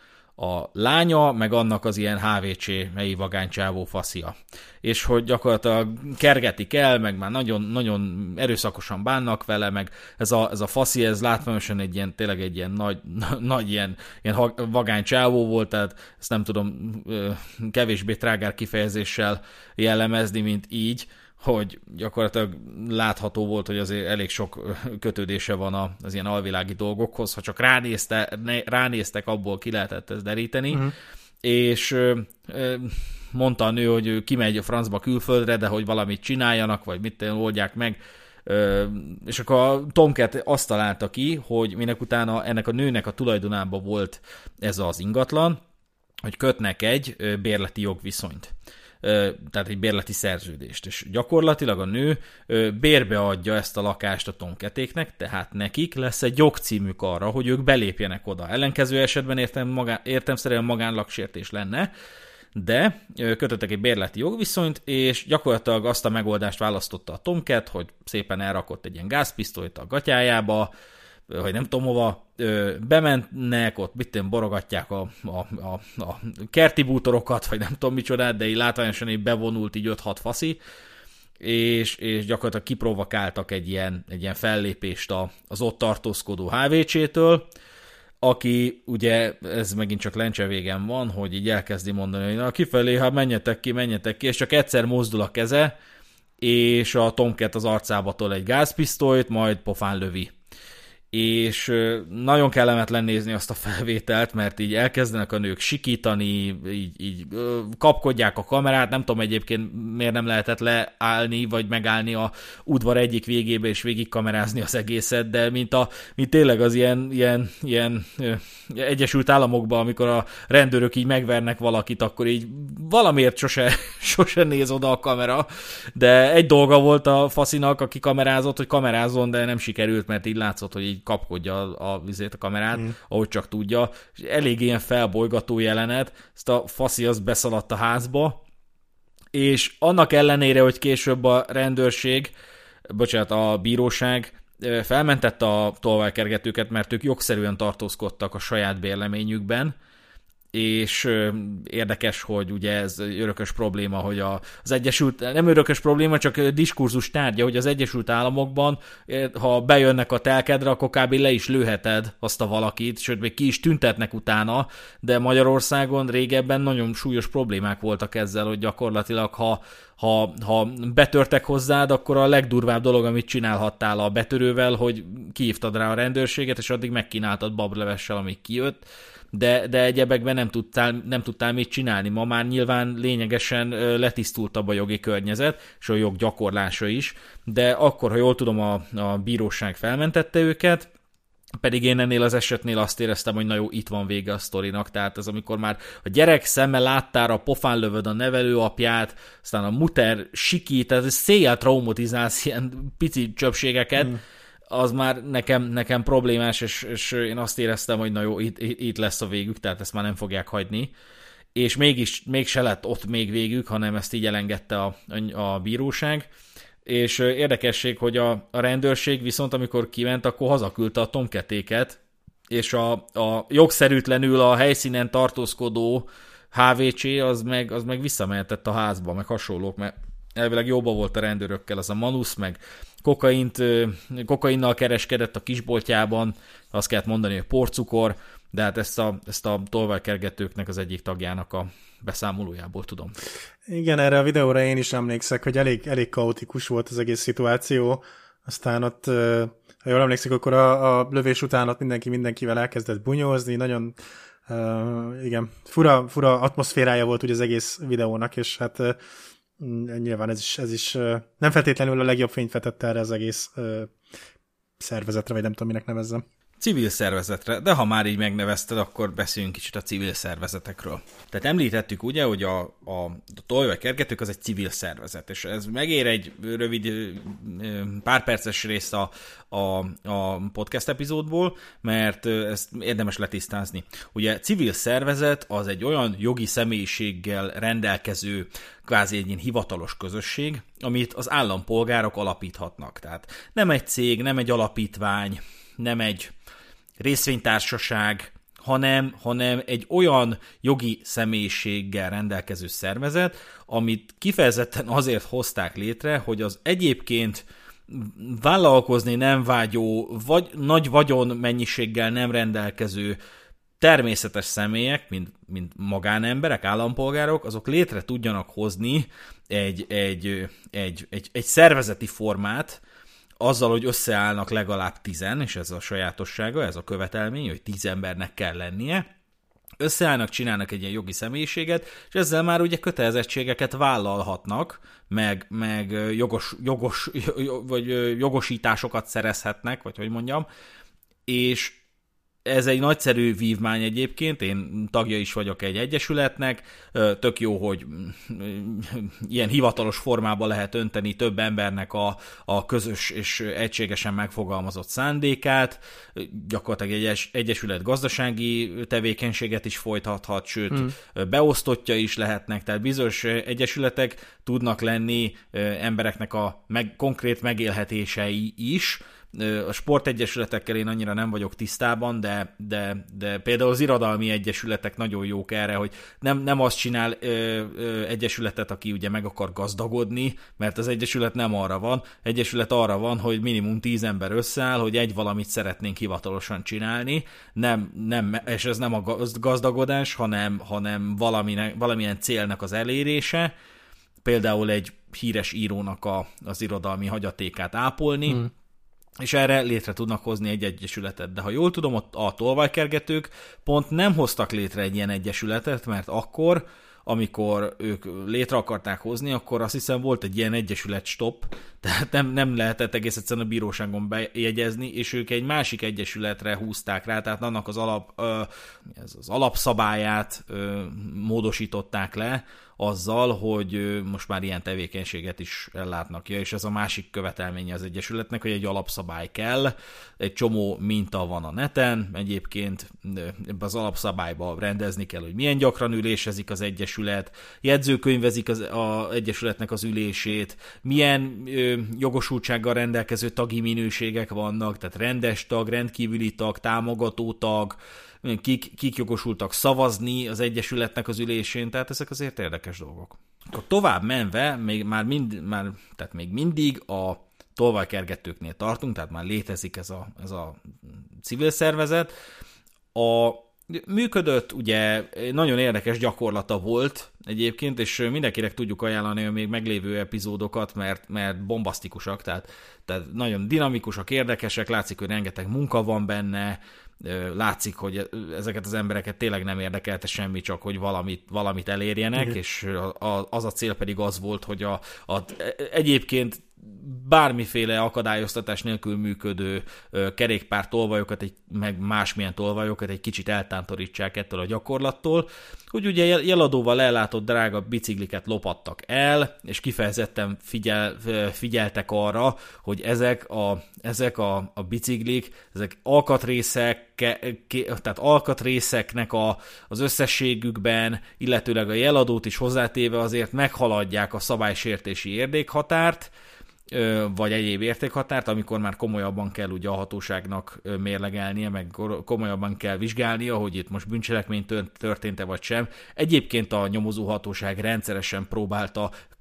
a lánya, meg annak az ilyen há vé cé helyi vagánycsávó faszia. És hogy gyakorlatilag kergetik el, meg már nagyon, nagyon erőszakosan bánnak vele, meg ez a, ez a faszi, ez látványosan egy ilyen, tényleg egy ilyen nagy, nagy ilyen, ilyen vagánycsávó volt, tehát ezt nem tudom kevésbé trágár kifejezéssel jellemezni, mint így, hogy gyakorlatilag látható volt, hogy azért elég sok kötődése van az ilyen alvilági dolgokhoz, ha csak ránézte, ránéztek, abból ki lehetett ezt deríteni, uh-huh. és mondta a nő, hogy ő kimegy a francba külföldre, de hogy valamit csináljanak, vagy mit oldják meg, és akkor a Tomcat azt találta ki, hogy minek utána ennek a nőnek a tulajdonában volt ez az ingatlan, hogy kötnek egy bérleti jogviszonyt. Tehát egy bérleti szerződést, és gyakorlatilag a nő bérbe adja ezt a lakást a Tomcatéknek, tehát nekik lesz egy jogcímük arra, hogy ők belépjenek oda. Ellenkező esetben értem, magán, értelemszerűen magánlagsértés lenne, de kötöttek egy bérleti jogviszonyt, és gyakorlatilag azt a megoldást választotta a Tomcat, hogy szépen elrakott egy ilyen gázpisztolyt a gatyájába, hogy nem tudom hova, bementnek, ott mit tudom, borogatják a, a, a, a kerti bútorokat, vagy nem tudom micsodát, de így látványosan így bevonult így öt-hat faszi, és, és gyakorlatilag kiprovokáltak egy ilyen, egy ilyen fellépést az ott tartózkodó há vé cé-től, aki ugye, ez megint csak lencse végen van, hogy így elkezdi mondani, hogy na kifelé, hát menjetek ki, menjetek ki, és csak egyszer mozdul a keze, és a Tomcat az arcába tol egy gázpisztolyt, majd pofán lövi. És nagyon kellemetlen nézni azt a felvételt, mert így elkezdenek a nők sikítani, így, így kapkodják a kamerát, nem tudom egyébként miért nem lehetett leállni, vagy megállni a udvar egyik végébe, és végig kamerázni az egészet, de mint, a, mint tényleg az ilyen, ilyen, ilyen Egyesült Államokban, amikor a rendőrök így megvernek valakit, akkor így valamiért sose, sose néz oda a kamera, de egy dolga volt a faszinak, aki kamerázott, hogy kamerázzon, de nem sikerült, mert így látszott, hogy így kapkodja a, a, a kamerát, mm. ahogy csak tudja. És elég ilyen felbolygató jelenet, ezt a faszi az beszaladt a házba, és annak ellenére, hogy később a rendőrség, bocsánat, a bíróság felmentette a tolvajkergetőket, mert ők jogszerűen tartózkodtak a saját bérleményükben, és érdekes, hogy ugye ez örökös probléma, hogy a, az Egyesült, nem örökös probléma, csak diskurzus tárgya, hogy az Egyesült Államokban, ha bejönnek a telkedre, akkor kb. Le is lőheted azt a valakit, sőt, még ki is tüntetnek utána, de Magyarországon régebben nagyon súlyos problémák voltak ezzel, hogy gyakorlatilag, ha Ha, ha betörtek hozzád, akkor a legdurvább dolog, amit csinálhattál a betörővel, hogy kihívtad rá a rendőrséget, és addig megkínáltad bablevessel, amíg kijött, de, de egyebekben nem tudtál, nem tudtál mit csinálni. Ma már nyilván lényegesen letisztultabb a jogi környezet, és a jog gyakorlása is, de akkor, ha jól tudom, a, a bíróság felmentette őket, pedig én ennél az esetnél azt éreztem, hogy na jó, itt van vége a sztorinak, tehát ez amikor már a gyerek szeme láttára pofán lövöd a nevelőapját, aztán a muter sikít, tehát széjjel traumatizálsz ilyen pici csöpségeket, mm. az már nekem, nekem problémás, és, és én azt éreztem, hogy na jó, itt, itt lesz a végük, tehát ezt már nem fogják hagyni, és mégis, mégse lett ott még végük, hanem ezt így elengedte a, a bíróság. És érdekesség, hogy a, a rendőrség viszont amikor kiment, akkor hazaküldte a Tomcatéket, és a, a jogszerűtlenül a helyszínen tartózkodó há vé cé az meg, az meg visszamehetett a házba, meg hasonlók, mert elvileg jobban volt a rendőrökkel, az a Manusz, meg kokaint, kokainnal kereskedett a kisboltjában, azt kellett mondani, hogy porcukor, de hát ezt a, ezt a tolvajkergetőknek az egyik tagjának a beszámolójából tudom. Igen, erre a videóra én is emlékszek, hogy elég, elég kaotikus volt az egész szituáció. Aztán ott, ha jól emlékszik, akkor a, a lövés után ott mindenki mindenkivel elkezdett bunyózni, nagyon uh, igen, fura, fura atmoszférája volt ugye az egész videónak, és hát uh, nyilván ez is, ez is uh, nem feltétlenül a legjobb fényt vetett erre az egész uh, szervezetre, vagy nem tudom, minek nevezzem. Civil szervezetre, de ha már így megnevezted, akkor beszéljünk kicsit a civil szervezetekről. Tehát említettük ugye, hogy a, a, a tolvajkergetők az egy civil szervezet, és ez megér egy rövid pár perces részt a, a, a podcast epizódból, mert ezt érdemes letisztázni. Ugye civil szervezet az egy olyan jogi személyiséggel rendelkező, kvázi egy ilyen hivatalos közösség, amit az állampolgárok alapíthatnak. Tehát nem egy cég, nem egy alapítvány, nem egy részvénytársaság, hanem, hanem egy olyan jogi személyiséggel rendelkező szervezet, amit kifejezetten azért hozták létre, hogy az egyébként vállalkozni nem vágyó, vagy nagy vagyon mennyiséggel nem rendelkező természetes személyek, mint, mint magánemberek, állampolgárok, azok létre tudjanak hozni egy, egy, egy, egy, egy szervezeti formát, azzal, hogy összeállnak legalább tizen, és ez a sajátossága, ez a követelmény, hogy tíz embernek kell lennie, összeállnak, csinálnak egy ilyen jogi személyiséget, és ezzel már ugye kötelezettségeket vállalhatnak, meg, meg jogos, jogos, vagy jogosításokat szerezhetnek, vagy hogy mondjam, és ez egy nagyszerű vívmány egyébként, én tagja is vagyok egy egyesületnek, tök jó, hogy ilyen hivatalos formába lehet önteni több embernek a, a közös és egységesen megfogalmazott szándékát, gyakorlatilag egy egyesület gazdasági tevékenységet is folytathat, sőt, hmm. beosztottja is lehetnek, tehát bizonyos egyesületek tudnak lenni embereknek a meg, konkrét megélhetései is. A sportegyesületekkel én annyira nem vagyok tisztában, de, de, de például az irodalmi egyesületek nagyon jók erre, hogy nem, nem azt csinál ö, ö, egyesületet, aki ugye meg akar gazdagodni, mert az egyesület nem arra van. Egyesület arra van, hogy minimum tíz ember összeáll, hogy egy valamit szeretnénk hivatalosan csinálni, nem, nem, és ez nem a gazdagodás, hanem, hanem valamine, valamilyen célnak az elérése, például egy híres írónak a, az irodalmi hagyatékát ápolni, hmm. és erre létre tudnak hozni egy egyesületet. De ha jól tudom, ott a tolvajkergetők pont nem hoztak létre egy ilyen egyesületet, mert akkor, amikor ők létre akarták hozni, akkor azt hiszem volt egy ilyen egyesület stop, tehát nem, nem lehetett egész egyszerűen a bíróságon bejegyezni, és ők egy másik egyesületre húzták rá, tehát annak az, alap, ez az alapszabályát módosították le, azzal, hogy most már ilyen tevékenységet is ellátnak. Ja, és ez a másik követelménye az egyesületnek, hogy egy alapszabály kell, egy csomó minta van a neten, egyébként ebbe az alapszabályba rendezni kell, hogy milyen gyakran ülésezik az egyesület, jegyzőkönyvezik az a egyesületnek az ülését, milyen ö, jogosultsággal rendelkező tagi minőségek vannak, tehát rendes tag, rendkívüli tag, támogató tag, Kik, kik jogosultak szavazni az egyesületnek az ülésén, tehát ezek azért érdekes dolgok. Akkor tovább menve, még, már, mind, már tehát még mindig a tolvajkergetőknél tartunk, tehát már létezik ez a, ez a civil szervezet. A működött, ugye nagyon érdekes gyakorlata volt egyébként, és mindenkinek tudjuk ajánlani a még meglévő epizódokat, mert, mert bombasztikusak, tehát, tehát nagyon dinamikusak, érdekesek, látszik, hogy rengeteg munka van benne, látszik, hogy ezeket az embereket tényleg nem érdekelte semmi, csak hogy valamit, valamit elérjenek, igen. És az a cél pedig az volt, hogy a, a egyébként bármiféle akadályoztatás nélkül működő kerékpár tolvajokat, egy, meg másmilyen tolvajokat egy kicsit eltántorítsák ettől a gyakorlattól, hogy ugye jeladóval ellátott drága bicikliket lopattak el, és kifejezetten figyel, figyeltek arra, hogy ezek a, ezek a, a biciklik, ezek alkatrészek, tehát alkatrészeknek a, az összességükben, illetőleg a jeladót is hozzátéve azért meghaladják a szabálysértési érdekhatárt, vagy egyéb értékhatárt, amikor már komolyabban kell ugye a hatóságnak mérlegelnie, meg komolyabban kell vizsgálnia, hogy itt most bűncselekmény történt-e vagy sem. Egyébként a nyomozó hatóság rendszeresen próbálta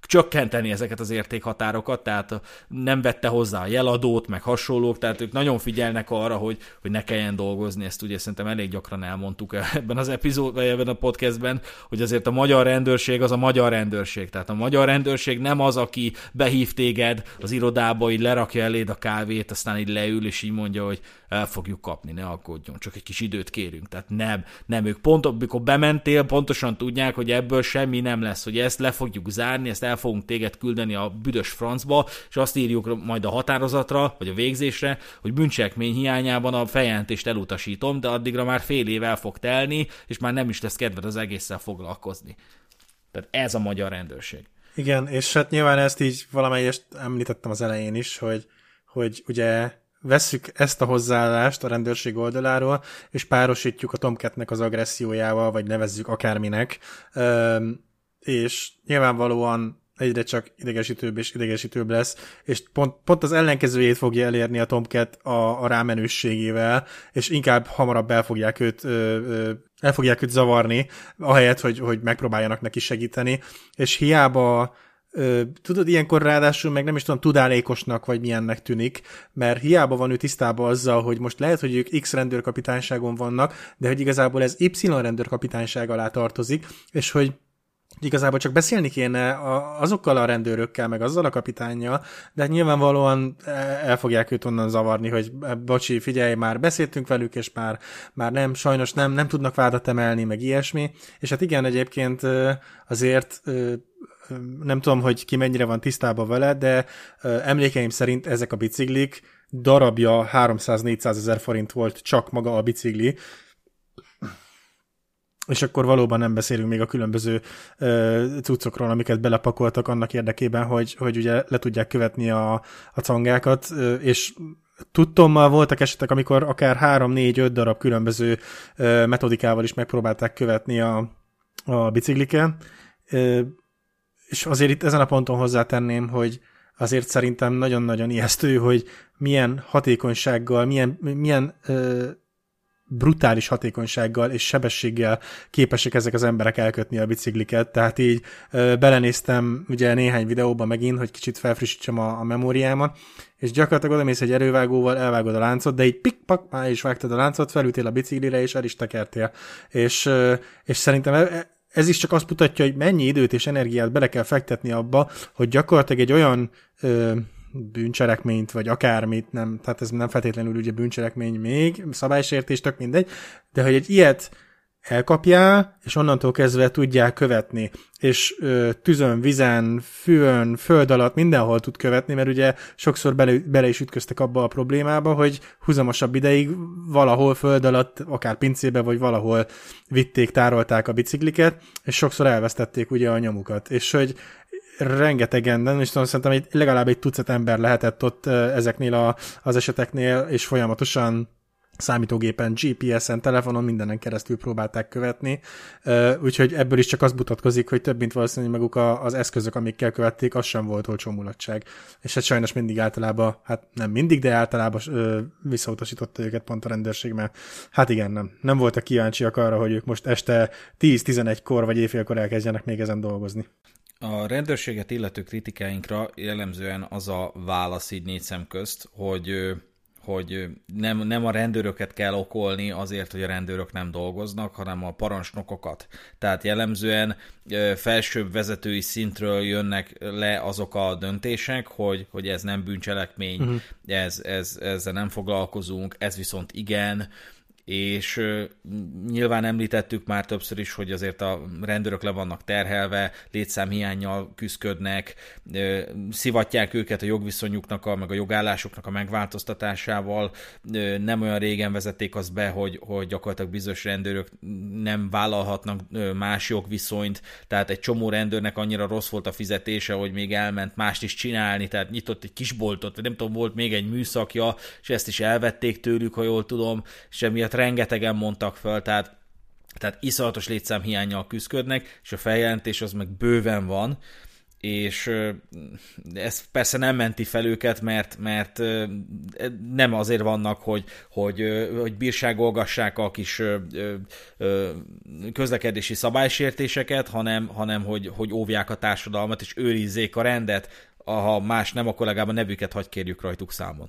csökkenteni ezeket az értékhatárokat, tehát nem vette hozzá a jeladót, meg hasonlók, tehát ők nagyon figyelnek arra, hogy, hogy ne kelljen dolgozni, ezt ugye szerintem elég gyakran elmondtuk ebben az epizód, vagy ebben a podcastben, hogy azért a magyar rendőrség az a magyar rendőrség, tehát a magyar rendőrség nem az, aki behív téged az irodába, így lerakja eléd a kávét, aztán így leül, és így mondja, hogy el fogjuk kapni, ne aggódjon, csak egy kis időt kérünk. Tehát nem, nem ők pont, amikor bementél, pontosan tudják, hogy ebből semmi nem lesz, hogy ezt le fogjuk zárni, ezt el fogunk téged küldeni a büdös francba, és azt írjuk majd a határozatra, vagy a végzésre, hogy bűncselekmény hiányában a feljelentést elutasítom, de addigra már fél év el fog telni, és már nem is lesz kedved az egésszel foglalkozni. Tehát ez a magyar rendőrség. Igen, és hát nyilván ezt így valamelyest említettem az elején is, hogy, hogy ugye vesszük ezt a hozzáállást a rendőrség oldaláról, és párosítjuk a Tomcatnek az agressziójával, vagy nevezzük akárminek, és nyilvánvalóan egyre csak idegesítőbb és idegesítőbb lesz, és pont, pont az ellenkezőjét fogja elérni a Tomcat a, a rámenősségével, és inkább hamarabb el fogják őt, ö, ö, el fogják őt zavarni, ahelyett, hogy, hogy megpróbáljanak neki segíteni, és hiába Ö, tudod, ilyenkor ráadásul meg nem is tudom, tudálékosnak vagy milyennek tűnik, mert hiába van ő tisztában azzal, hogy most lehet, hogy ők X rendőrkapitányságon vannak, de hogy igazából ez Y rendőrkapitányság alá tartozik, és hogy igazából csak beszélni kéne azokkal a rendőrökkel, meg azzal a kapitánnyal, de hát nyilvánvalóan el fogják őt onnan zavarni, hogy bocsi, figyelj, már beszéltünk velük, és már, már nem, sajnos nem, nem tudnak vádat emelni, meg ilyesmi, és hát igen, egyébként azért nem tudom, hogy ki mennyire van tisztában vele, de emlékeim szerint ezek a biciklik darabja háromszáz-négyszáz ezer forint volt csak maga a bicikli, és akkor valóban nem beszélünk még a különböző uh, cuccokról, amiket belepakoltak annak érdekében, hogy, hogy ugye le tudják követni a, a cangákat, uh, és tudtommal voltak esetek, amikor akár három, négy, öt darab különböző uh, metodikával is megpróbálták követni a, a bicikliken, uh, és azért itt ezen a ponton hozzátenném, hogy azért szerintem nagyon-nagyon ijesztő, hogy milyen hatékonysággal, milyen, milyen uh, brutális hatékonysággal és sebességgel képesek ezek az emberek elkötni a bicikliket, tehát így ö, belenéztem ugye néhány videóban megint, hogy kicsit felfrissítsem a, a memóriámat, és gyakorlatilag odamész egy erővágóval, elvágod a láncot, de így pik-pak, már is vágtad a láncot, felültél a biciklire, és el is tekertél. És, ö, és szerintem ez is csak azt mutatja, hogy mennyi időt és energiát bele kell fektetni abba, hogy gyakorlatilag egy olyan ö, bűncselekményt, vagy akármit, nem, tehát ez nem feltétlenül ugye bűncselekmény még, szabálysértés, tök mindegy, de hogy egy ilyet elkapjál, és onnantól kezdve tudják követni, és ö, tüzön, vizen, fűön, föld alatt mindenhol tud követni, mert ugye sokszor bele, bele is ütköztek abba a problémába, hogy huzamosabb ideig valahol föld alatt, akár pincébe, vagy valahol vitték, tárolták a bicikliket, és sokszor elvesztették ugye a nyomukat, és hogy rengetegen, nem is tudom, szerintem egy, legalább egy tucat ember lehetett ott ezeknél a, az eseteknél, és folyamatosan számítógépen, gé pé es-en, telefonon, mindenen keresztül próbálták követni, úgyhogy ebből is csak az mutatkozik, hogy több mint valószínűleg maguk az eszközök, amikkel követték, az sem volt olcsó mulatság. És hát sajnos mindig általában, hát nem mindig, de általában visszautasította őket pont a rendőrség, mert hát igen, nem. Nem voltak kíváncsiak arra, hogy ők most este tíz-tizenegykor vagy éjfélkor elkezdjenek még ezen dolgozni. A rendőrséget illető kritikáinkra jellemzően az a válasz így négy szem közt, hogy, hogy nem, nem a rendőröket kell okolni azért, hogy a rendőrök nem dolgoznak, hanem a parancsnokokat. Tehát jellemzően felsőbb vezetői szintről jönnek le azok a döntések, hogy, hogy ez nem bűncselekmény, uh-huh. ez, ez, ezzel nem foglalkozunk, ez viszont igen, és uh, nyilván említettük már többször is, hogy azért a rendőrök le vannak terhelve, létszámhiánnyal küszködnek, uh, szivatják őket a jogviszonyuknak, a, meg a jogállásoknak a megváltoztatásával. Uh, nem olyan régen vezették azt be, hogy, hogy gyakorlatilag bizonyos rendőrök nem vállalhatnak uh, más jogviszonyt, tehát egy csomó rendőrnek annyira rossz volt a fizetése, hogy még elment mást is csinálni, tehát nyitott egy kisboltot, vagy nem tudom, volt még egy műszakja, és ezt is elvették tőlük, ha jól tudom, és emiatt rengetegen mondtak föl, tehát, tehát iszonyatos létszámhiánnyal küszködnek, és a feljelentés az meg bőven van, és ez persze nem menti fel őket, mert, mert nem azért vannak, hogy, hogy, hogy bírságolgassák a kis közlekedési szabálysértéseket, hanem, hanem hogy, hogy óvják a társadalmat, és őrizzék a rendet, ha más nem, akkor legalább a nevüket hagy kérjük rajtuk számon.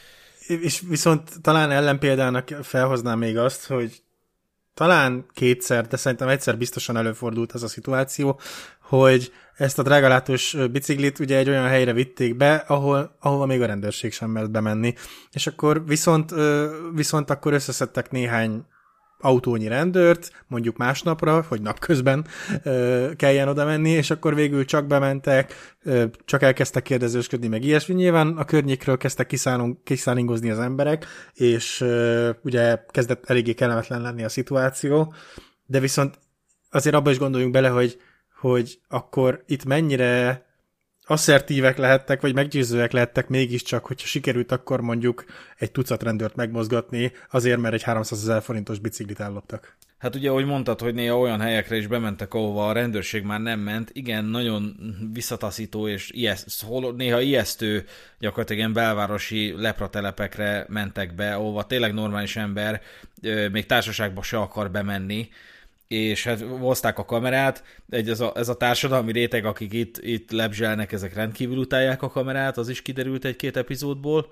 És viszont talán ellenpéldának felhoznám még azt, hogy talán kétszer, de szerintem egyszer biztosan előfordult az a szituáció, hogy ezt a drágalátós biciklit ugye egy olyan helyre vitték be, ahol, ahova még a rendőrség sem mert bemenni. És akkor viszont, viszont akkor összeszedtek néhány autónyi rendőrt, mondjuk másnapra, hogy napközben ö, kelljen oda menni, és akkor végül csak bementek, ö, csak elkezdtek kérdezősködni, meg ilyesmi. Nyilván a környékről kezdtek kiszállingozni az emberek, és ö, ugye kezdett eléggé kellemetlen lenni a szituáció, de viszont azért abba is gondoljunk bele, hogy, hogy akkor itt mennyire asszertívek lehettek, vagy meggyőzőek lehettek mégiscsak, hogyha sikerült akkor mondjuk egy tucat rendőrt megmozgatni, azért, mert egy háromszázezer forintos biciklit elloptak. Hát ugye, ahogy mondtad, hogy néha olyan helyekre is bementek, ahova a rendőrség már nem ment, igen, nagyon visszataszító és ijeszt, néha ijesztő gyakorlatilag ilyen belvárosi lepratelepekre mentek be, ahova tényleg normális ember még társaságba se akar bemenni, és hát hozták a kamerát, egy, ez, a, ez a társadalmi réteg, akik itt, itt lebzselnek, ezek rendkívül utálják a kamerát, az is kiderült egy-két epizódból,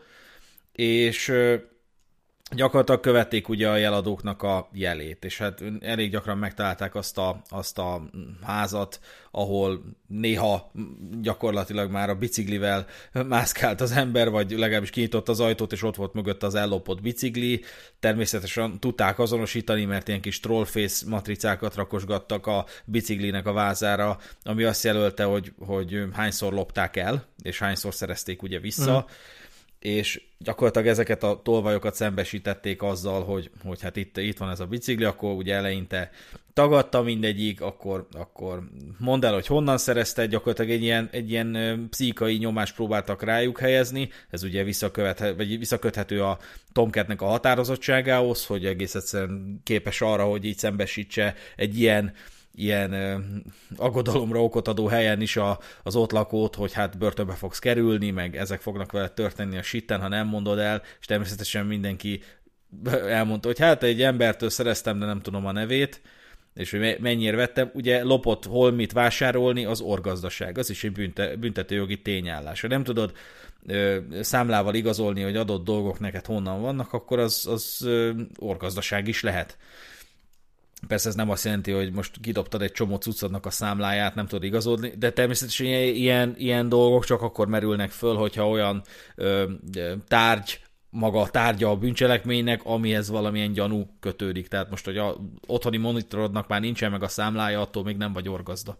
és gyakorlatilag követték ugye a jeladóknak a jelét, és hát elég gyakran megtalálták azt a, azt a házat, ahol néha gyakorlatilag már a biciklivel mászkált az ember, vagy legalábbis kinyitott az ajtót, és ott volt mögött az ellopott bicikli. Természetesen tudták azonosítani, mert ilyen kis trollface matricákat rakosgattak a biciklinek a vázára, ami azt jelölte, hogy, hogy hányszor lopták el, és hányszor szerezték ugye vissza. Mm. És gyakorlatilag ezeket a tolvajokat szembesítették azzal, hogy, hogy hát itt, itt van ez a bicikli, akkor ugye eleinte tagadta mindegyik, akkor, akkor mondd el, hogy honnan szerezted, gyakorlatilag egy ilyen, egy ilyen pszichai nyomást próbáltak rájuk helyezni, ez ugye vagy visszaköthető a Tomcatnek a határozottságához, hogy egész egyszerűen képes arra, hogy így szembesítse egy ilyen ilyen ö, aggodalomra okot adó helyen is a, az ott lakót, hogy hát börtönbe fogsz kerülni, meg ezek fognak vele történni a sitten, ha nem mondod el, és természetesen mindenki elmondta, hogy hát egy embertől szereztem, de nem tudom a nevét, és hogy mennyire vettem. Ugye lopott holmit vásárolni az orgazdaság, az is egy bünte, büntetőjogi tényállás. Ha nem tudod ö, számlával igazolni, hogy adott dolgok neked honnan vannak, akkor az, az ö, orgazdaság is lehet. Persze ez nem azt jelenti, hogy most kidobtad egy csomó cuccodnak a számláját, nem tudod igazodni, de természetesen ilyen, ilyen dolgok csak akkor merülnek föl, hogyha olyan ö, tárgy, maga a tárgya a bűncselekménynek, amihez valamilyen gyanú kötődik. Tehát most, hogy a otthoni monitorodnak már nincsen meg a számlája, attól még nem vagy orgazda.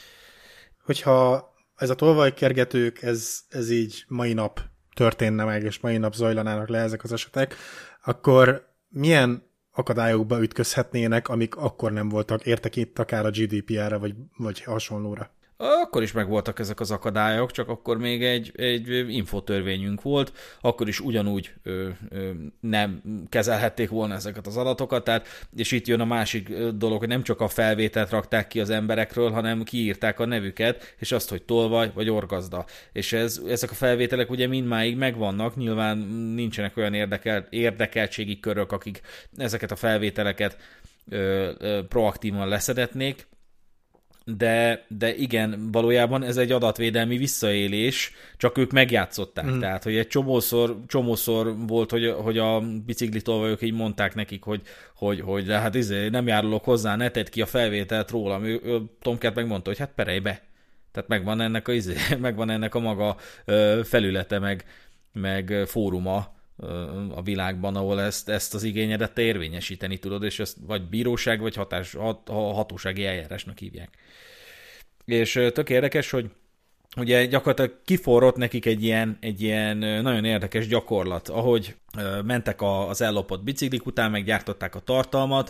Hogyha ez a tolvajkergetők, ez, ez így mai nap történne meg, és mai nap zajlanának le ezek az esetek, akkor milyen akadályokba ütközhetnének, amik akkor nem voltak, értek itt akár a gé dé pé er-re, vagy, vagy hasonlóra? Akkor is megvoltak ezek az akadályok, csak akkor még egy, egy infotörvényünk volt, akkor is ugyanúgy ö, ö, nem kezelhették volna ezeket az adatokat, tehát, és itt jön a másik dolog, hogy nem csak a felvételt rakták ki az emberekről, hanem kiírták a nevüket, és azt, hogy tolvaj vagy orgazda. És ez, ezek a felvételek ugye mindmáig megvannak, nyilván nincsenek olyan érdekel, érdekeltségi körök, akik ezeket a felvételeket ö, ö, proaktívan leszedetnék, De, de igen, valójában ez egy adatvédelmi visszaélés, csak ők megjátszották. Mm. Tehát, hogy egy csomószor, csomószor volt, hogy, hogy a biciklitolvajok így mondták nekik, hogy, hogy, hogy de hát izé, nem járulok hozzá, ne tedd ki a felvételt rólam. Ő, ő, Tomcat megmondta, hogy hát perelj be. Tehát megvan ennek a, izé, megvan ennek a maga felülete, meg, meg fóruma a világban, ahol ezt, ezt az igényedet te érvényesíteni tudod, és ezt vagy bíróság, vagy hatás, hat, hatósági eljárásnak hívják. És tök érdekes, hogy ugye gyakorlatilag kiforrott nekik egy ilyen, egy ilyen nagyon érdekes gyakorlat, ahogy mentek az ellopott biciklik után, meg gyártották a tartalmat,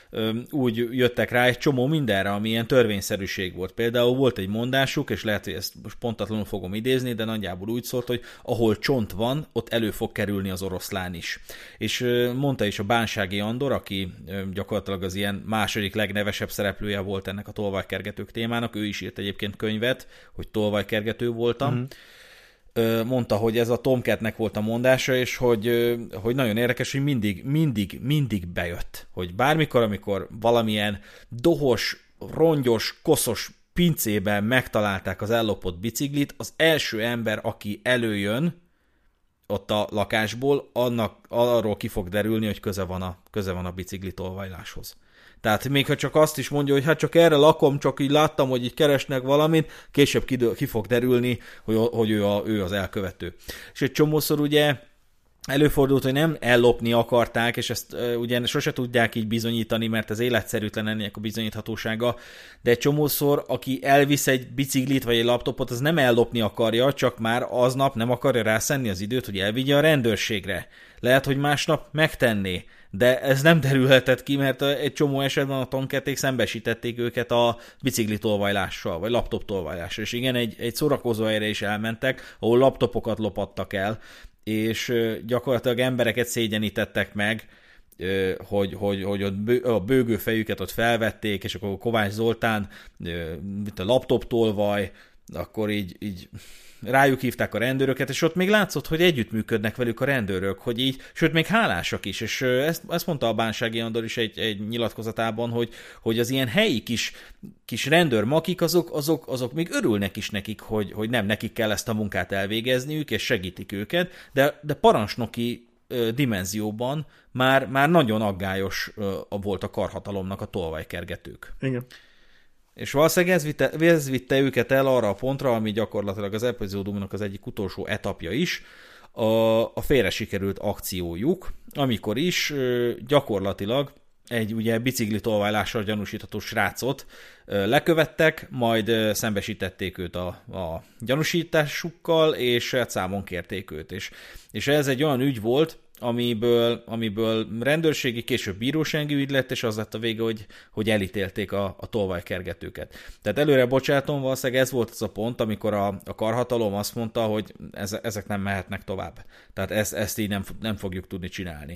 úgy jöttek rá egy csomó mindenre, ami ilyen törvényszerűség volt. Például volt egy mondásuk, és lehet, hogy ezt most pontatlanul fogom idézni, de nagyjából úgy szólt, hogy ahol csont van, ott elő fog kerülni az oroszlán is. És mondta is a Bánsági Andor, aki gyakorlatilag az ilyen második legnevesebb szereplője volt ennek a tolvajkergetők témának, ő is írt egyébként könyvet, hogy tolvajkergető voltam, mm. mondta, hogy ez a Tomcatnek volt a mondása, és hogy, hogy nagyon érdekes, hogy mindig, mindig, mindig bejött. Hogy bármikor, amikor valamilyen dohos, rongyos, koszos pincében megtalálták az ellopott biciklit, az első ember, aki előjön ott a lakásból, annak arról ki fog derülni, hogy köze van a, köze van a bicikli tolvajláshoz. Tehát még ha csak azt is mondja, hogy hát csak erre lakom, csak így láttam, hogy így keresnek valamit, később ki, ki fog derülni, hogy, hogy ő, a, ő az elkövető. És egy csomószor ugye előfordult, hogy nem ellopni akarták, és ezt uh, ugye sose tudják így bizonyítani, mert ez életszerűtlen ennek a bizonyíthatósága, de egy csomószor, aki elvisz egy biciklit vagy egy laptopot, az nem ellopni akarja, csak már aznap nem akarja rászenni az időt, hogy elvigye a rendőrségre. Lehet, hogy másnap megtenné, de ez nem derülhetett ki, mert egy csomó esetben a Tomcaték szembesítették őket a bicikli tolvajlással, vagy laptop tolvajlással. És igen, egy, egy szórakozó helyre is elmentek, ahol laptopokat lopattak el, és gyakorlatilag embereket szégyenítettek meg, hogy, hogy, hogy ott a bőgőfejüket ott felvették, és akkor Kovács Zoltán, mint a laptop tolvaj, akkor így, így rájuk hívták a rendőröket, és ott még látszott, hogy együttműködnek velük a rendőrök, hogy így, sőt, még hálásak is, és ezt, ezt mondta a Bánsági Andor is egy, egy nyilatkozatában, hogy, hogy az ilyen helyi kis, kis rendőrmakik, azok, azok, azok még örülnek is nekik, hogy, hogy nem nekik kell ezt a munkát elvégezniük, és segítik őket, de, de parancsnoki ö, dimenzióban már, már nagyon aggályos ö, volt a karhatalomnak a tolvajkergetők. Igen. És valószínűleg ez vitte, ez vitte őket el arra a pontra, ami gyakorlatilag az epizódumnak az egyik utolsó etapja is, a, a félre sikerült akciójuk, amikor is ö, gyakorlatilag egy ugye bicikli tolvajlással gyanúsítható srácot ö, lekövettek, majd ö, szembesítették őt a, a gyanúsításukkal, és számon kérték őt. És, és ez egy olyan ügy volt, amiből, amiből rendőrségi, később bírósági ügy lett, és az lett a vége, hogy, hogy elítélték a, a tolvajkergetőket. Tehát előre bocsátom, valószínűleg ez volt az a pont, amikor a, a karhatalom azt mondta, hogy ez, ezek nem mehetnek tovább. Tehát ezt, ezt így nem, nem fogjuk tudni csinálni.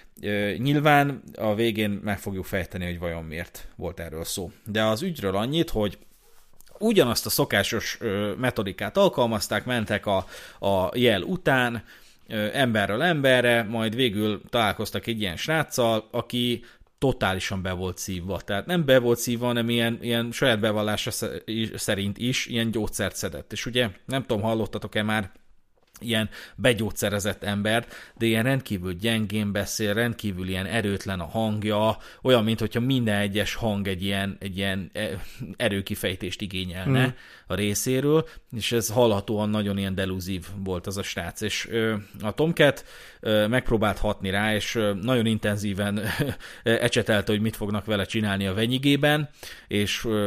Ö, nyilván a végén meg fogjuk fejteni, hogy vajon miért volt erről szó. De az ügyről annyit, hogy ugyanazt a szokásos ö, metodikát alkalmazták, mentek a, a jel után, emberről emberre, majd végül találkoztak egy ilyen sráccal, aki totálisan be volt szívva. Tehát nem be volt szívva, hanem ilyen, ilyen saját bevallása szerint is ilyen gyógyszert szedett. És ugye nem tudom, hallottatok-e már ilyen begyógyszerezett embert, de ilyen rendkívül gyengén beszél, rendkívül ilyen erőtlen a hangja, olyan, mintha minden egyes hang egy ilyen, egy ilyen erőkifejtést igényelne mm. a részéről, és ez hallhatóan nagyon ilyen deluzív volt az a srác, és ö, a Tomcat ö, megpróbált hatni rá, és ö, nagyon intenzíven ecsetelte, hogy mit fognak vele csinálni a venyigében, és ö,